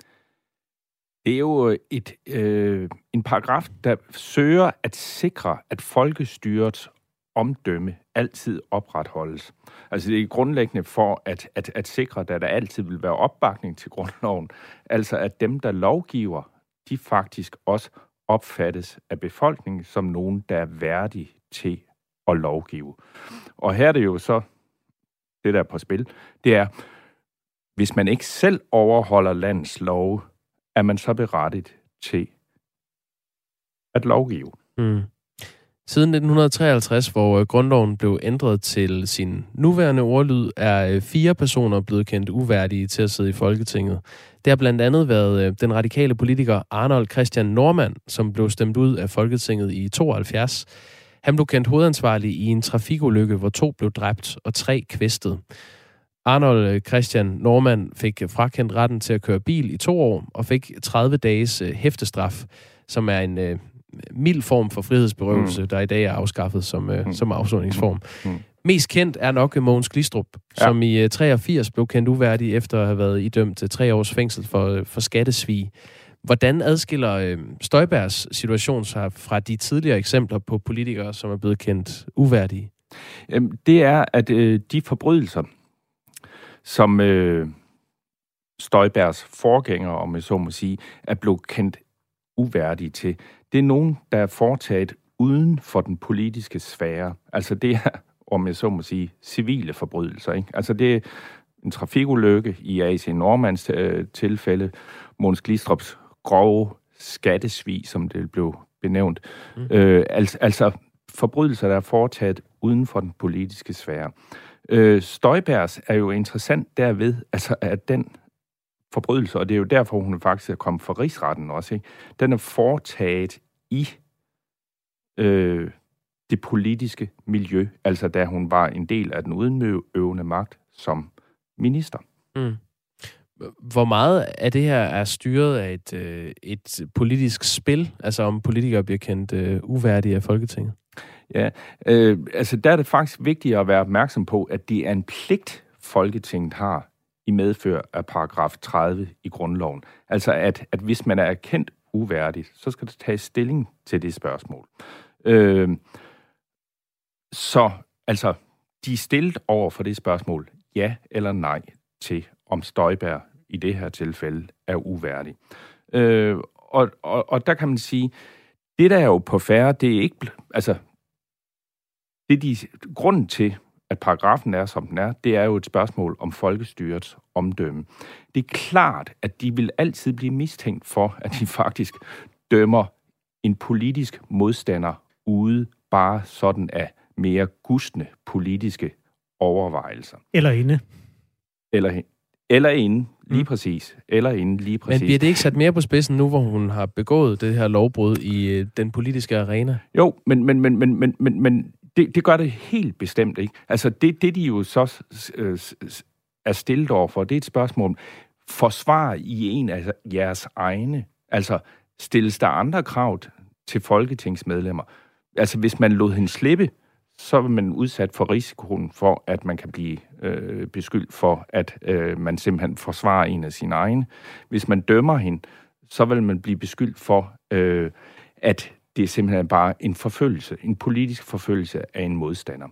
Det er jo et, øh, en paragraf, der søger at sikre, at folkestyrets omdømme altid opretholdes. Altså det er grundlæggende for at, at, at sikre, at der altid vil være opbakning til grundloven. Altså at dem, der lovgiver, de faktisk også opfattes af befolkningen som nogen, der er værdige til at lovgive. Og her er det jo så, det der er på spil, det er, hvis man ikke selv overholder landets love, er man så berettiget til at lovgive. Mm. Siden nitten treoghalvtreds, hvor grundloven blev ændret til sin nuværende ordlyd, er fire personer blevet kendt uværdige til at sidde i Folketinget. Det har blandt andet været den radikale politiker Arnold Christian Normann, som blev stemt ud af Folketinget i tooghalvfjerds. Han blev kendt hovedansvarlig i en trafikulykke, hvor to blev dræbt og tre kvæstet. Arnold Christian Normann fik frakendt retten til at køre bil i to år og fik tredive dages hæftestraf, som er en øh, mild form for frihedsberøvelse, mm. der i dag er afskaffet som, øh, mm. som afsoningsform. Mm. Mest kendt er nok Mogens Glistrup, ja. som i øh, treogfirs blev kendt uværdig efter at have været idømt til tre års fængsel for, øh, for skattesvig. Hvordan adskiller øh, Støjbergs situation sig fra de tidligere eksempler på politikere, som er blevet kendt uværdige? Jamen, det er, at øh, de forbrydelser, som øh, Støjbergs forgænger, om jeg så må sige, er blevet kendt uværdige til. Det er nogen, der er foretaget uden for den politiske sfære. Altså det er, om jeg så må sige, civile forbrydelser. Ikke? Altså det er en trafikulykke i A C Normanns øh, tilfælde, Mogens Glistrups grove skattesvig, som det blev benævnt. Mm. Øh, altså, altså forbrydelser, der er foretaget uden for den politiske sfære. Øh, Støjbergs er jo interessant derved, altså at den forbrydelse, og det er jo derfor, hun faktisk er kommet for rigsretten også, ikke? Den er foretaget i øh, det politiske miljø, altså da hun var en del af den udøvende magt som minister. Mm. Hvor meget af det her er styret af et, øh, et politisk spil, altså om politikere bliver kendt øh, uværdige af Folketinget? Ja, øh, altså der er det faktisk vigtigt at være opmærksom på, at det er en pligt, Folketinget har i medfør af paragraf tredive i grundloven. Altså at, at hvis man er erkendt uværdig, så skal der tages stilling til det spørgsmål. Øh, så altså, de er stillet over for det spørgsmål, ja eller nej, til om Støjberg i det her tilfælde er uværdig. Øh, og, og, og der kan man sige, det der er jo på færre, det er ikke, altså, det er de, grunden til, at paragrafen er, som den er, det er jo et spørgsmål om folkestyrets omdømme. Det er klart, at de vil altid blive mistænkt for, at de faktisk dømmer en politisk modstander ude bare sådan af mere gustne politiske overvejelser. Eller inde. Eller, eller inde, lige mm. præcis. Eller inde, lige præcis. Men bliver det ikke sat mere på spidsen nu, hvor hun har begået det her lovbrud i øh, den politiske arena? Jo, men, men, men, men, men, men, men det, det gør det helt bestemt ikke. Altså det, det de jo så øh, er stillet over for, det er et spørgsmål, forsvar i en af jeres egne. Altså stilles der andre krav til folketingsmedlemmer? Altså hvis man lod hende slippe, så er man udsat for risikoen for, at man kan blive øh, beskyldt for, at øh, man simpelthen forsvarer en af sine egne. Hvis man dømmer hende, så vil man blive beskyldt for, øh, at det er simpelthen bare en forfølgelse, en politisk forfølgelse af en modstander.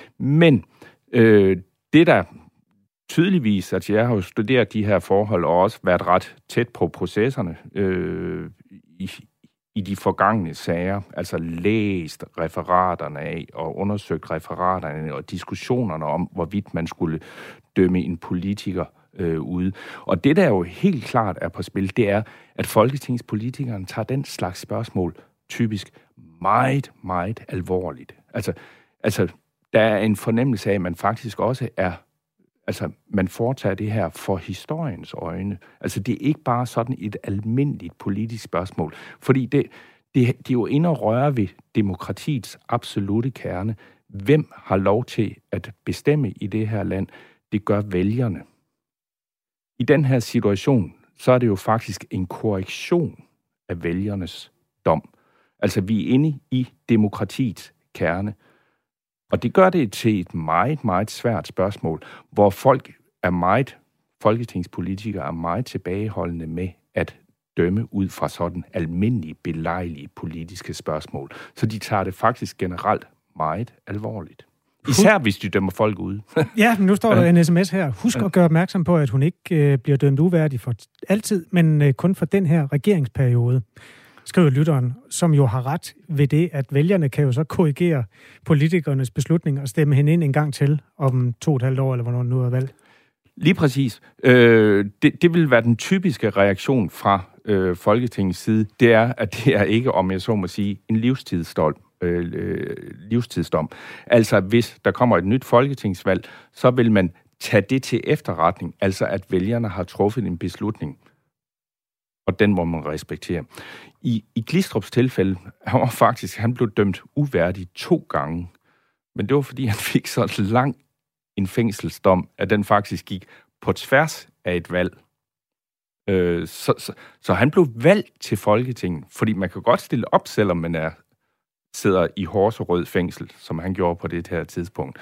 Men øh, det der tydeligvis, at jeg har jo studeret de her forhold og også været ret tæt på processerne øh, i i de forgangne sager, altså læst referaterne af og undersøgt referaterne og diskussionerne om, hvorvidt man skulle dømme en politiker øh, ude. Og det, der jo helt klart er på spil, det er, at folketingspolitikerne tager den slags spørgsmål typisk meget, meget alvorligt. Altså, altså der er en fornemmelse af, at man faktisk også er Altså, man foretager det her for historiens øjne. Altså, det er ikke bare sådan et almindeligt politisk spørgsmål. Fordi det, det, det er jo inde og røre ved demokratiets absolute kerne. Hvem har lov til at bestemme i det her land? Det gør vælgerne. I den her situation, så er det jo faktisk en korrektion af vælgernes dom. Altså, vi er inde i demokratiets kerne. Og det gør det til et meget, meget svært spørgsmål, hvor folk er meget, folketingspolitikere er meget tilbageholdende med at dømme ud fra sådan almindelige, belejlige politiske spørgsmål. Så de tager det faktisk generelt meget alvorligt. Især hvis de dømmer folk ud. Ja, men nu står der en sms her. Husk at gøre opmærksom på, at hun ikke øh, bliver dømt uværdig for altid, men øh, kun for den her regeringsperiode, skriver lytteren, som jo har ret ved det, at vælgerne kan jo så korrigere politikernes beslutninger og stemme hende ind en gang til om to og et halvt år, eller hvornår nu er valgt. Lige præcis. Øh, det, det vil være den typiske reaktion fra øh, Folketingets side. Det er, at det er ikke, om jeg så må sige, en livstidsdom. Øh, livstidsdom. Altså, hvis der kommer et nyt folketingsvalg, så vil man tage det til efterretning, altså at vælgerne har truffet en beslutning. Og den må man respektere. I, i Glistrups tilfælde, han var faktisk, han blev dømt uværdig to gange. Men det var, fordi han fik så lang en fængselsdom, at den faktisk gik på tværs af et valg. Øh, så, så, så han blev valgt til Folketinget, fordi man kan godt stille op, selvom man er, sidder i Horserød fængsel, som han gjorde på det her tidspunkt.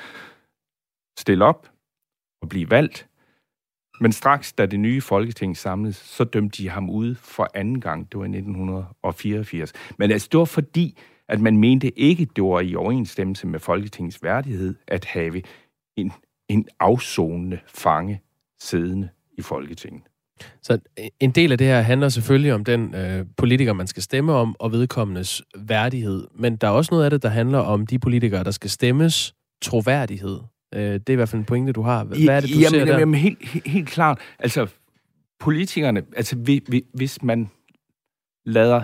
Stille op og blive valgt. Men straks, da det nye Folketing samledes, så dømte de ham ude for anden gang. Det var i nitten fireogfirs. Men altså, det var fordi, at man mente ikke, det var i overensstemmelse med Folketingets værdighed, at have en, en afsonende fange siddende i Folketinget. Så en del af det her handler selvfølgelig om den øh, politiker, man skal stemme om, og vedkommendes værdighed. Men der er også noget af det, der handler om de politikere, der skal stemmes troværdighed. Øh, det er i hvert fald en pointe, du har. Hvad er det, du jamen, ser der? Jamen, helt, helt, helt klart. Altså, politikerne, altså hvis man lader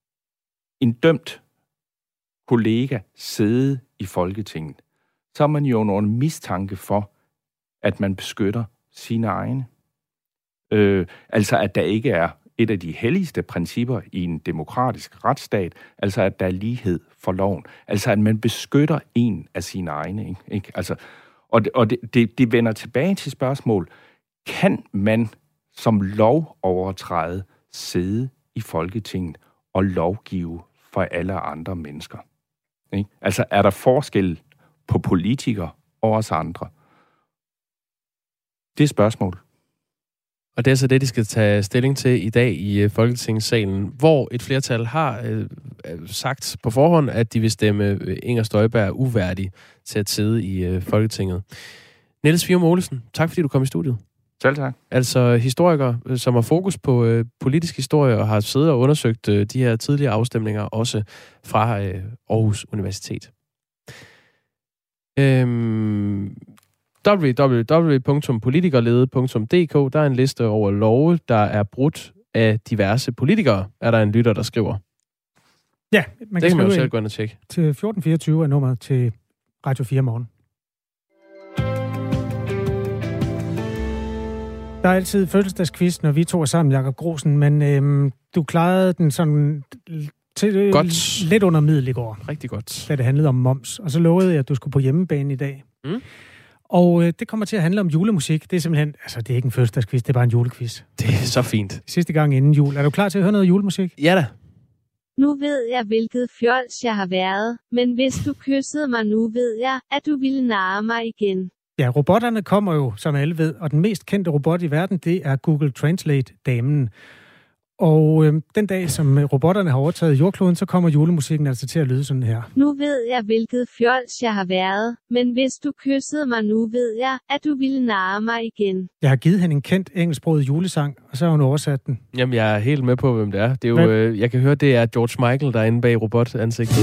en dømt kollega sidde i Folketinget, så er man jo under mistanke for, at man beskytter sine egne. Øh, altså, at der ikke er et af de helligste principper i en demokratisk retsstat, altså at der er lighed for loven. Altså, at man beskytter en af sine egne. Ikke? Ikke? Altså, og det, og det, det, det vender tilbage til spørgsmål. Kan man som lovovertræde sidde i Folketinget og lovgive for alle andre mennesker? Ikke? Altså, er der forskel på politikere og os andre? Det er spørgsmål. Og det er så det, de skal tage stilling til i dag i Folketingssalen, hvor et flertal har øh, sagt på forhånd, at de vil stemme Inger Støjberg uværdig til at sidde i øh, Folketinget. Niels Vium Olesen, tak fordi du kom i studiet. Selv tak. Altså historiker, som har fokus på øh, politisk historie og har siddet og undersøgt øh, de her tidligere afstemninger, også fra øh, Aarhus Universitet. Øhm... w w w punktum politikerlede punktum d k. Der er en liste over love, der er brudt af diverse politikere, er der en lytter, der skriver. Ja, man kan, det kan man jo selv selv gå ind og tjekke. Til fjorten fireogtyve er nummeret til Radio fire morgen. Der er altid fødselsdagsquiz, når vi to er sammen, Jakob Grosen, men øhm, du klarede den sådan til, godt. lidt under middel i går. Rigtig godt. Da det handlede om moms. Og så lovede jeg, at du skulle på hjemmebane i dag. Mm. Og øh, det kommer til at handle om julemusik. Det er simpelthen, altså det er ikke en fødselsdagsquiz, det er bare en julequiz. Det er så fint. Sidste gang inden jul. Er du klar til at høre noget julemusik? Ja da. Nu ved jeg, hvilket fjols jeg har været, men hvis du kyssede mig nu, ved jeg, at du ville narre mig igen. Ja, robotterne kommer jo, som alle ved, og den mest kendte robot i verden, det er Google Translate-damen. Og øh, den dag, som robotterne har overtaget jordkloden, så kommer julemusikken altså til at lyde sådan her. Nu ved jeg, hvilket fjols jeg har været, men hvis du kyssede mig nu, ved jeg, at du ville narre mig igen. Jeg har givet hende en kendt engelsksproget julesang, og så har hun oversat den. Jamen, jeg er helt med på, hvem det er. Det er jo, øh, jeg kan høre, det er George Michael, der er inde bag robotansigtet.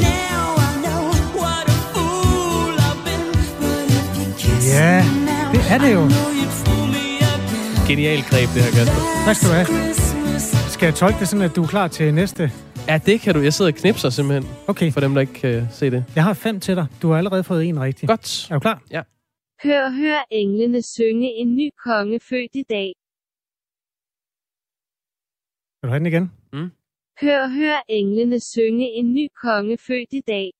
Ja, det er det jo. Genial greb, det her, Kasper. Tak skal du have. Skal jeg tolke det sådan, at du er klar til næste? Ja, det kan du. Jeg sidder og knipser simpelthen. Okay. For dem, der ikke kan se det. Jeg har fem til dig. Du har allerede fået en rigtig. Godt. Er du klar? Ja. Hør, hør englene synge en ny konge født i dag. Vil du have den igen? Mm. Hør, hør englene synge en ny konge født i dag.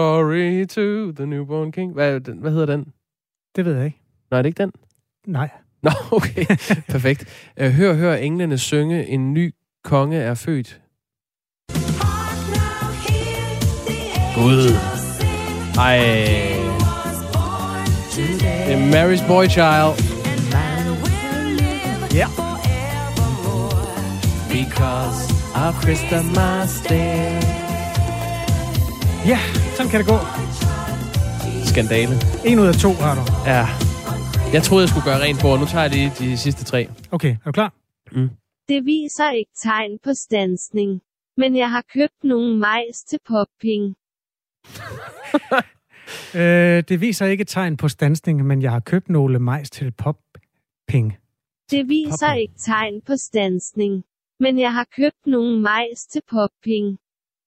Glory to the newborn king. Hvad, hvad hedder den? Det ved jeg ikke. Nej, er det ikke den? Nej. Nå, okay. Perfekt. Øh, hør, hør englene synge, en ny konge er født. Gud. Ej. Det er Mary's Boy Child. Ja. Because of Christmas Day. Ja, sådan kan det gå. Skandale. En ud af to har du. Ja. Jeg troede, jeg skulle gøre rent bord. Nu tager jeg lige de sidste tre. Okay, er du klar? Mm. Det viser ikke tegn på standsning, men jeg har købt nogle majs til popping. øh, det viser ikke tegn på standsning, men jeg har købt nogle majs til popping. Det viser Popping. ikke tegn på standsning, men jeg har købt nogle majs til popping.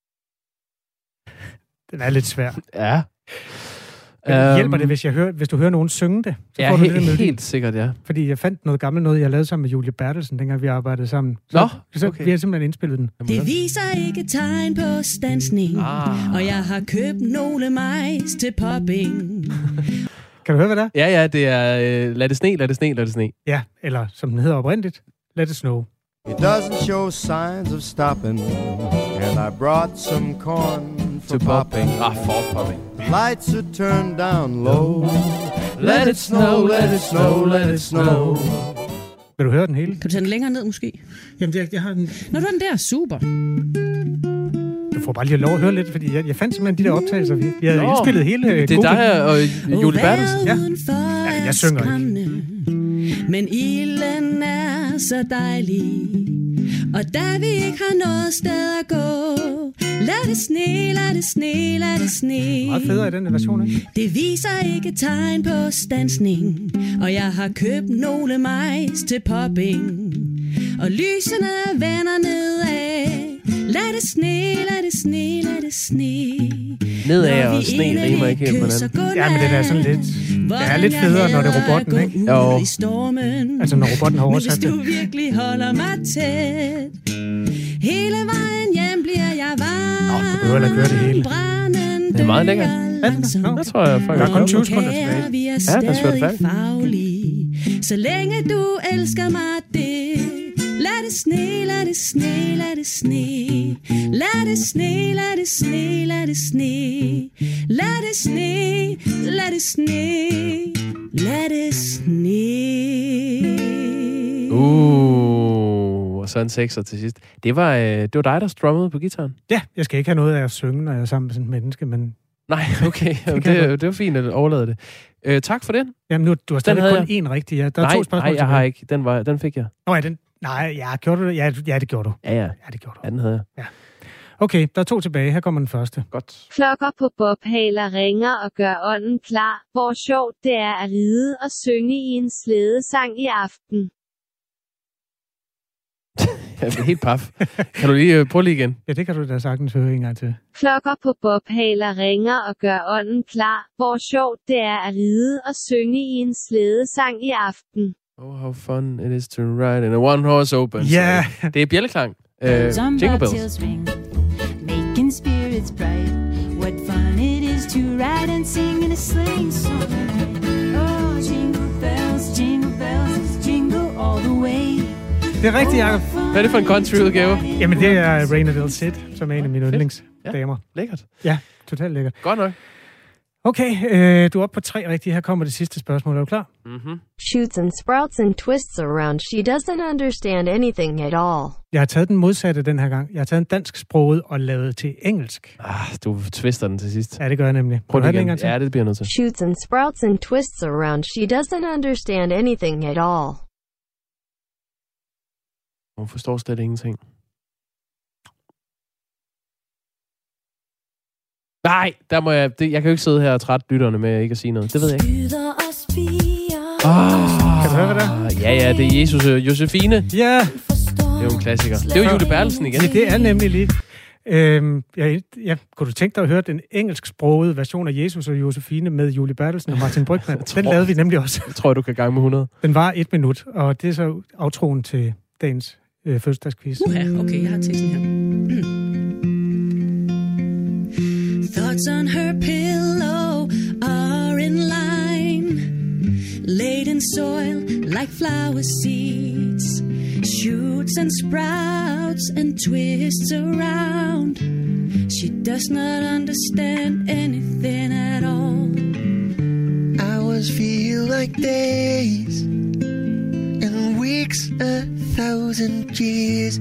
Den er lidt svær. Ja. Men Um, hjælper det, hvis, jeg hører, hvis du hører nogen synge det? Så ja, får du he- det med helt sikkert, ja. Fordi jeg fandt noget gammelt noget, jeg lavede sammen med Julie Bertelsen, dengang vi arbejdede sammen. Så, Nå, så okay. vi har simpelthen indspillet den. Det viser ikke tegn på standsning, Ah. og jeg har købt nogle majs til popping. Kan du høre, hvad det er? Ja, ja, det er øh, lad det sne, lad det sne, lad det sne. Ja, eller som den hedder oprindeligt, Let It Snow. It doesn't show signs of stopping, and I brought some corn for To popping. Ah, for popping. Lights are turned down low. Let it snow, let it snow, let it snow. Vil du høre den hele? Kan du tage den længere ned, måske? Jamen, jeg, jeg har den... Nå, du har den der. Super. Du får bare lige lov at høre lidt, fordi jeg, jeg fandt simpelthen de der optagelser. Vi, vi havde Nå, indspillet hele... det er dig og Julie Bertelsen. Ja. Ja, jeg synger ikke. Men ilden er så dejlig, og da vi ikke har noget sted at gå, lad det sne, lad det sne, lad det sne. Meget federe i den her version, ikke? Det viser ikke tegn på standsning, og jeg har købt nogle majs til popping, og lysene vender nedad. Lad det sne, lad det sne, lad det sne. Nedad og sne rimer ikke helt på den. Ja, men det er sådan lidt... Det er lidt federe, når det er robotten, ikke? Jo. Altså, når robotten har oversat det. det. Men hvis du virkelig holder mig tæt, hele vejen hjem bliver jeg varm. Nå, du behøver ikke køre det hele. Det er meget lækkert. Ja, det tror jeg faktisk. Der er kun tyve sekunder tilbage. Vi er Ja, der er svært færdigt. faglige, så længe du elsker mig det. Lad det sne, lad det sne, lad det sne. Lad det sne, lad det sne, lad det sne. Lad det sne, lad det sne. Lad det sne. Uh, og så en sekser til sidst. Det var, øh, det var dig, der strummede på gitaren? Ja, jeg skal ikke have noget af at synge, når jeg er sammen med sådan et menneske, men... Nej, okay. det, det, det, det var fint at overlade det. Øh, tak for den. Jamen nu, du har stadig kun én rigtig. Ja. Der er nej, to spørgsmål nej, jeg har ikke. Den, var, den fik jeg. Nå, ja, den... Nej, ja, gjorde du det? Ja, ja, det gjorde du. Ja, ja. Ja, det gjorde du. Ja, den havde jeg. Ja. Okay, der er to tilbage. Her kommer den første. Godt. Klokker på bobhaler ringer og gør ånden klar. Hvor sjovt det er at ride og synge i en slædesang i aften. Jeg er helt paf. Kan du lige uh, prøve lige igen? Ja, det kan du da sagtens høre en gang til. Klokker på bobhaler ringer og gør ånden klar. Hvor sjovt det er at ride og synge i en slædesang i aften. Oh, how fun it is to ride in a one-horse open. Ja. Yeah. Det er bjælleklang. Uh, Jingle Bells. Ring, making spirits bright. What fun it is to ride and sing in a sleighing song. Oh, jingle bells, jingle bells, jingle all the way. Det er rigtigt, Jacob. Hvad er det for en country-udgave? Jamen, det er Rain Del Cid, som er en af mine yndlingsdamer. Ja, lækkert. Ja, totalt lækkert. Godt nok. Okay, øh, du er oppe på tre rigtige. Her kommer det sidste spørgsmål. Er du klar? Mm-hmm. Shoots and sprouts and twists around. She doesn't understand anything at all. Jeg har taget den modsatte den her gang. Jeg har taget en dansk sproget og lavet til engelsk. Ah, du twister den til sidst. Ja, det gør jeg nemlig. Prøv det igen. igen. Ja, det bliver nødt til. Shoots and sprouts and twists around. She doesn't understand anything at all. Hun forstår slet ingenting. Nej, der må jeg... Det, jeg kan jo ikke sidde her og trætte lytterne med ikke at sige noget. Det ved jeg ikke. Oh, kan du høre, hvad der? Ja, ja, det er Jesus og Josefine. Ja. Det er jo en klassiker. Det er jo Julie Bertelsen igen. Ja, det er nemlig lige... Øhm, jeg, ja, kunne du tænke dig at høre den engelsksprogede version af Jesus og Josefine med Julie Bertelsen og Martin Brygmann? Den lavede vi nemlig også. Jeg tror, du kan gange med hundrede. Den var et minut, og det er så outroen til dagens øh, fødselsdagsquiz. Uha, okay, jeg har teksten her. Thoughts on her pillow are in line, laid in soil like flower seeds, shoots and sprouts and twists around. She does not understand anything at all. Hours feel like days, and weeks a thousand years.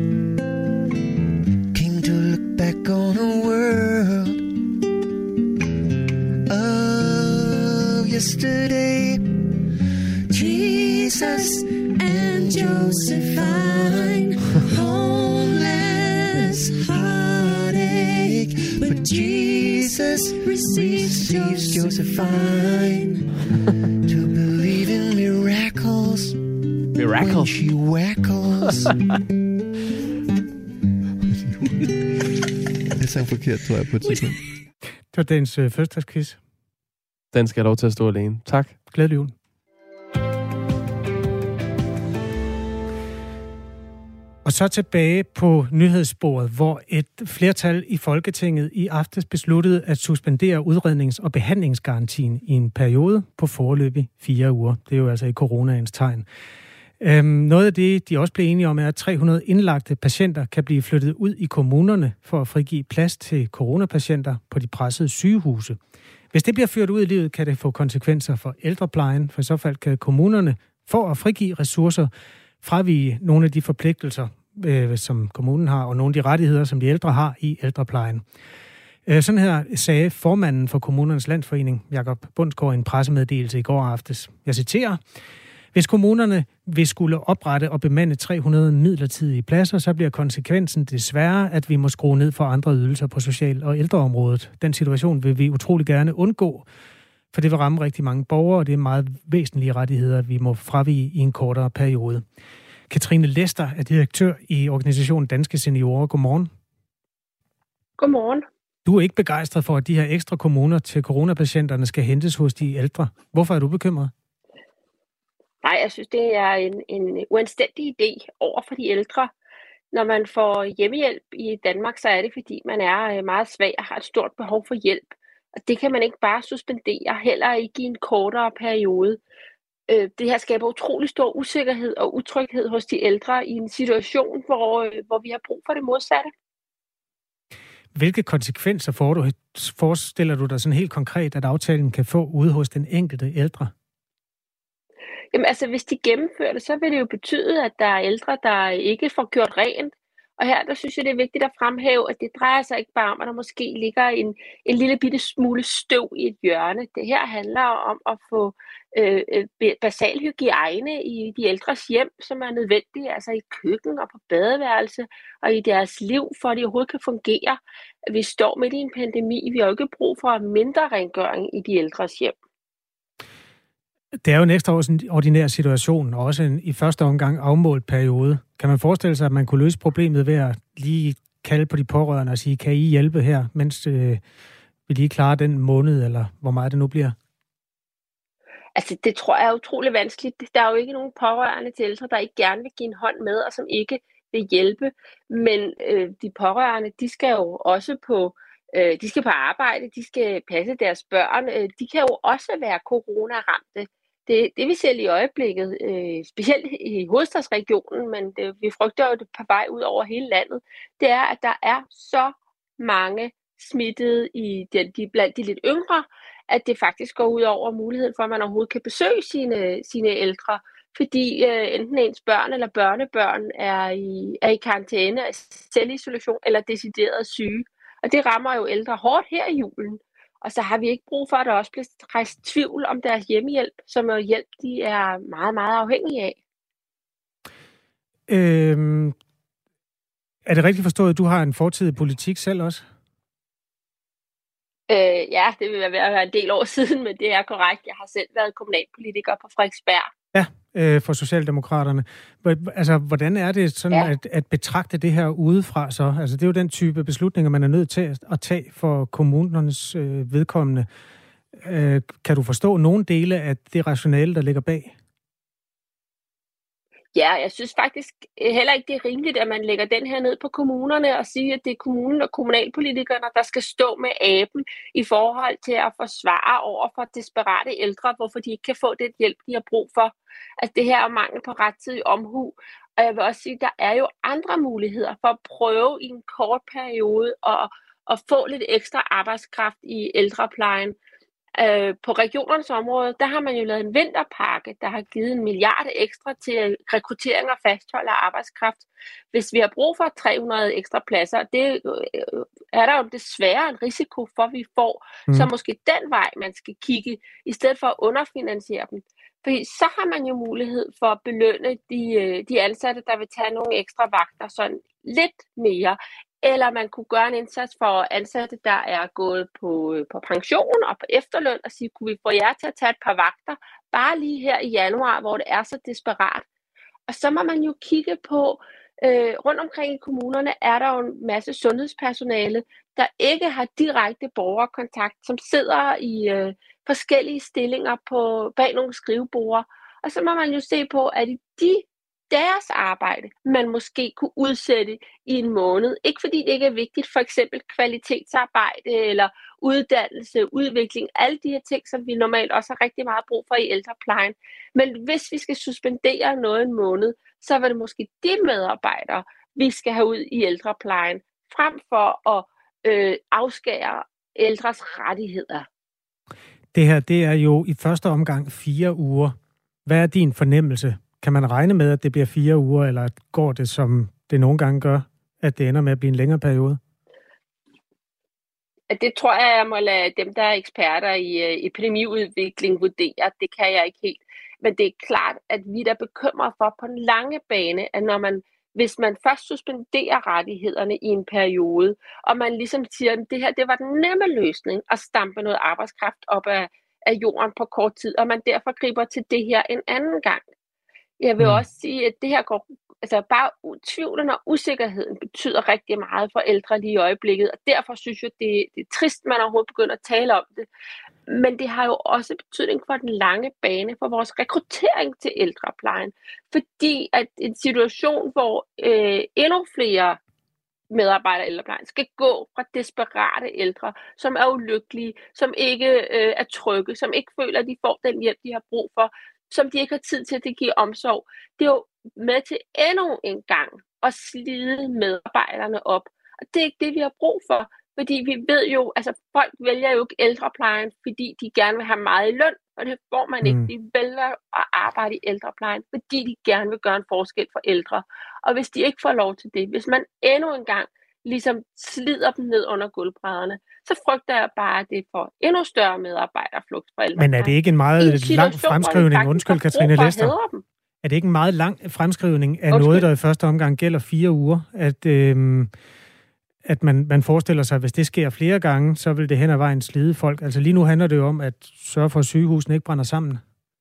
Came to look back on a world of yesterday. Jesus and Josephine, homeless heartache, but Jesus receives Josephine to believe in miracles. Miracles. When she wackles. Det sang forkert, tror jeg, på et tidspunkt. Det var dagens øh, fødselsdagsquiz. Den skal have lov til at stå alene. Tak. Glædelig jul. Og så tilbage på nyhedssporet, hvor et flertal i Folketinget i aftes besluttede at suspendere udrednings- og behandlingsgarantien i en periode på foreløbig fire uger. Det er jo altså i coronaens tegn. Øhm, noget af det, de også blev enige om, er, at tre hundrede indlagte patienter kan blive flyttet ud i kommunerne for at frigive plads til coronapatienter på de pressede sygehuse. Hvis det bliver ført ud i livet, kan det få konsekvenser for ældreplejen, for i så fald kan kommunerne for at frigive ressourcer fravige nogle af de forpligtelser, øh, som kommunen har, og nogle af de rettigheder, som de ældre har i ældreplejen. Øh, sådan her sagde formanden for Kommunernes Landsforening, Jakob Bundsgaard, i en pressemeddelelse i går aftes. Jeg citerer: Hvis kommunerne vil skulle oprette og bemande tre hundrede midlertidige pladser, så bliver konsekvensen desværre, at vi må skrue ned for andre ydelser på social- og ældreområdet. Den situation vil vi utrolig gerne undgå, for det vil ramme rigtig mange borgere, og det er meget væsentlige rettigheder, vi må fravige i en kortere periode. Katrine Lester er direktør i organisationen Danske Seniorer. Godmorgen. Godmorgen. Du er ikke begejstret for, at de her ekstra kommuner til coronapatienterne skal hentes hos de ældre. Hvorfor er du bekymret? Nej, jeg synes, det er en, en uanstændig idé over for de ældre. Når man får hjemmehjælp i Danmark, så er det, fordi man er meget svag og har et stort behov for hjælp. Og det kan man ikke bare suspendere, heller ikke i en kortere periode. Det her skaber utrolig stor usikkerhed og utryghed hos de ældre i en situation, hvor, hvor vi har brug for det modsatte. Hvilke konsekvenser får du, forestiller du dig sådan helt konkret, at aftalen kan få ude hos den enkelte ældre? Jamen altså, hvis de gennemfører det, så vil det jo betyde, at der er ældre, der ikke får gjort rent. Og her, der synes jeg, det er vigtigt at fremhæve, at det drejer sig ikke bare om, at der måske ligger en, en lille bitte smule støv i et hjørne. Det her handler om at få øh, basal hygiejne i de ældres hjem, som er nødvendige, altså i køkken og på badeværelse og i deres liv, for at de overhovedet kan fungere. Vi står midt i en pandemi, vi har jo ikke brug for mindre rengøring i de ældres hjem. Det er jo en ekstraordinær situation, og også en i første omgang afmålt periode. Kan man forestille sig, at man kunne løse problemet ved at lige kalde på de pårørende og sige, kan I hjælpe her, mens øh, vi lige klarer den måned, eller hvor meget det nu bliver? Altså, det tror jeg er utrolig vanskeligt. Der er jo ikke nogen pårørende til ældre, der ikke gerne vil give en hånd med, og som ikke vil hjælpe. Men øh, de pårørende, de skal jo også på øh, de skal på arbejde, de skal passe deres børn. Øh, de kan jo også være coronaramte. Det, det vi ser i øjeblikket, øh, specielt i hovedstadsregionen, men det, vi frygter jo det på vej ud over hele landet, det er, at der er så mange smittede i de, de, blandt de lidt yngre, at det faktisk går ud over muligheden for, at man overhovedet kan besøge sine, sine ældre, fordi øh, enten ens børn eller børnebørn er i, er i karantæne, er selvisolation eller decideret syge. Og det rammer jo ældre hårdt her i julen. Og så har vi ikke brug for, at der også bliver rejst tvivl om deres hjemmehjælp, som er hjælp, de er meget, meget afhængige af. Øhm, er det rigtigt forstået, at du har en fortid i politik selv også? Øh, ja, det vil være en del år siden, men det er korrekt. Jeg har selv været kommunalpolitiker på Frederiksberg. Ja, øh, for Socialdemokraterne. Altså, hvordan er det sådan ja. at, at betragte det her udefra så? Altså, det er jo den type beslutninger, man er nødt til at tage for kommunernes øh, vedkommende. Øh, kan du forstå nogle dele af det rationale, der ligger bag? Ja, jeg synes faktisk heller ikke, det er rimeligt, at man lægger den her ned på kommunerne og siger, at det er kommunen og kommunalpolitikerne, der skal stå med aben i forhold til at forsvare over for desperate ældre, hvorfor de ikke kan få den hjælp, de har brug for. Altså det her er mangel på rettidig omhu. Og jeg vil også sige, at der er jo andre muligheder for at prøve i en kort periode at, at få lidt ekstra arbejdskraft i ældreplejen. Øh, på regionernes område, der har man jo lavet en vinterpakke, der har givet en milliard ekstra til rekruttering og fasthold af arbejdskraft. Hvis vi har brug for tre hundrede ekstra pladser, det øh, er der jo desværre en risiko for, at vi får. Mm. Så måske den vej, man skal kigge, i stedet for at underfinansiere dem. Fordi så har man jo mulighed for at belønne de, de ansatte, der vil tage nogle ekstra vagter sådan lidt mere. Eller man kunne gøre en indsats for ansatte, der er gået på, på pension og på efterløn, og sige, kunne vi få jer til at tage et par vagter, bare lige her i januar, hvor det er så desperat. Og så må man jo kigge på, øh, rundt omkring i kommunerne er der jo en masse sundhedspersonale, der ikke har direkte borgerkontakt, som sidder i øh, forskellige stillinger på, bag nogle skriveborde. Og så må man jo se på, at de deres arbejde, man måske kunne udsætte i en måned. Ikke fordi det ikke er vigtigt, for eksempel kvalitetsarbejde eller uddannelse, udvikling, alle de her ting, som vi normalt også har rigtig meget brug for i ældreplejen. Men hvis vi skal suspendere noget en måned, så var det måske de medarbejdere, vi skal have ud i ældreplejen, frem for at øh, afskære ældres rettigheder. Det her, det er jo i første omgang fire uger. Hvad er din fornemmelse? Kan man regne med, at det bliver fire uger, eller går det, som det nogle gange gør, at det ender med at blive en længere periode? Det tror jeg, jeg må lade dem, der er eksperter i epidemiudvikling, vurdere. Det kan jeg ikke helt. Men det er klart, at vi er bekymret for på den lange bane, at når man, hvis man først suspenderer rettighederne i en periode, og man ligesom siger, at det her det var den nemme løsning at stampe noget arbejdskraft op af, af jorden på kort tid, og man derfor griber til det her en anden gang. Jeg vil mm. også sige, at det her går, altså bare tvivlen og usikkerheden betyder rigtig meget for ældre lige i øjeblikket, og derfor synes jeg, det, det er trist, man overhovedet begynder at tale om det. Men det har jo også betydning for den lange bane, for vores rekruttering til ældreplejen. Fordi at en situation, hvor øh, endnu flere medarbejdere i ældreplejen skal gå fra desperate ældre, som er ulykkelige, som ikke øh, er trygge, som ikke føler, at de får den hjælp, de har brug for, som de ikke har tid til, at det giver omsorg. Det er jo med til endnu en gang at slide medarbejderne op. Og det er ikke det, vi har brug for. Fordi vi ved jo, altså folk vælger jo ikke ældreplejen, fordi de gerne vil have meget i løn, og det får man ikke. De vælger at arbejde i ældreplejen, fordi de gerne vil gøre en forskel for ældre. Og hvis de ikke får lov til det, hvis man endnu en gang ligesom slider dem ned under gulvbrædderne, så frygter jeg bare, at det får endnu større medarbejderflugt for ældreplejen. Men er det ikke en meget en lang fremskrivning, undskyld Katrine Lester, er det ikke en meget lang fremskrivning af undskyld. Noget, der i første omgang gælder fire uger, at... Øhm at man, man forestiller sig, at hvis det sker flere gange, så vil det hen ad vejen slide folk. Altså lige nu handler det jo om at sørge for, at sygehusene ikke brænder sammen.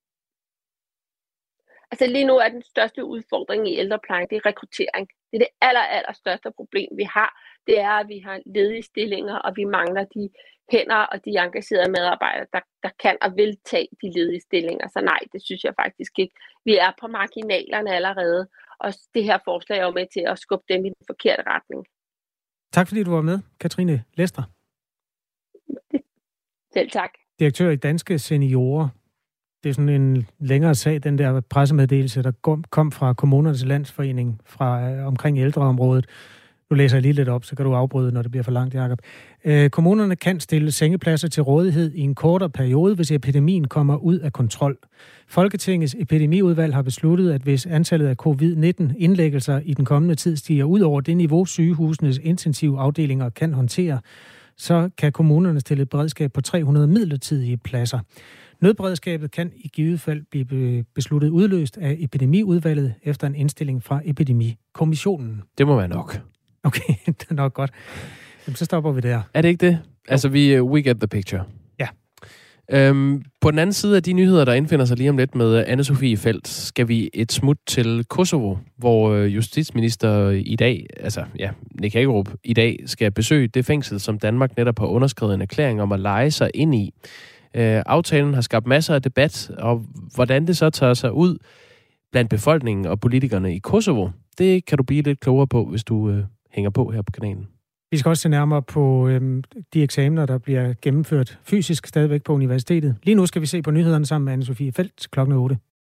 Altså lige nu er den største udfordring i ældreplejen, det er rekruttering. Det er det aller, aller største problem, vi har. Det er, at vi har ledige stillinger, og vi mangler de hænder og de engagerede medarbejdere, der, der kan og vil tage de ledige stillinger. Så nej, det synes jeg faktisk ikke. Vi er på marginalerne allerede, og det her forslag er jo med til at skubbe dem i den forkerte retning. Tak fordi du var med, Katrine Lester. Selv tak. Direktør i Danske Seniorer. Det er sådan en længere sag, den der pressemeddelelse, der kom fra Kommunernes Landsforening fra øh, omkring ældreområdet. Nu læser jeg lige lidt op, så kan du afbryde, når det bliver for langt, Jacob. Øh, kommunerne kan stille sengepladser til rådighed i en kortere periode, hvis epidemien kommer ud af kontrol. Folketingets epidemiudvalg har besluttet, at hvis antallet af covid nitten indlæggelser i den kommende tid stiger ud over det niveau, sygehusenes intensive afdelinger kan håndtere, så kan kommunerne stille et beredskab på tre hundrede midlertidige pladser. Nødberedskabet kan i givet fald blive besluttet udløst af epidemiudvalget efter en indstilling fra Epidemikommissionen. Det må være nok. Okay, det er nok godt. Jamen, så stopper vi der. Er det ikke det? Altså, vi, we get the picture. Ja. Øhm, på den anden side af de nyheder, der indfinder sig lige om lidt med Anne-Sophie Feldt, skal vi et smut til Kosovo, hvor justitsminister i dag, altså ja, Nick Hækkerup, i dag skal besøge det fængsel, som Danmark netop har underskrevet en erklæring om at leje sig ind i. Øh, aftalen har skabt masser af debat, og hvordan det så tager sig ud, blandt befolkningen og politikerne i Kosovo. Det kan du blive lidt klogere på, hvis du øh, hænger på her på kanalen. Vi skal også se nærmere på øhm, de eksamener, der bliver gennemført fysisk stadigvæk på universitetet. Lige nu skal vi se på nyhederne sammen med Anne-Sophie Feldt klokken otte.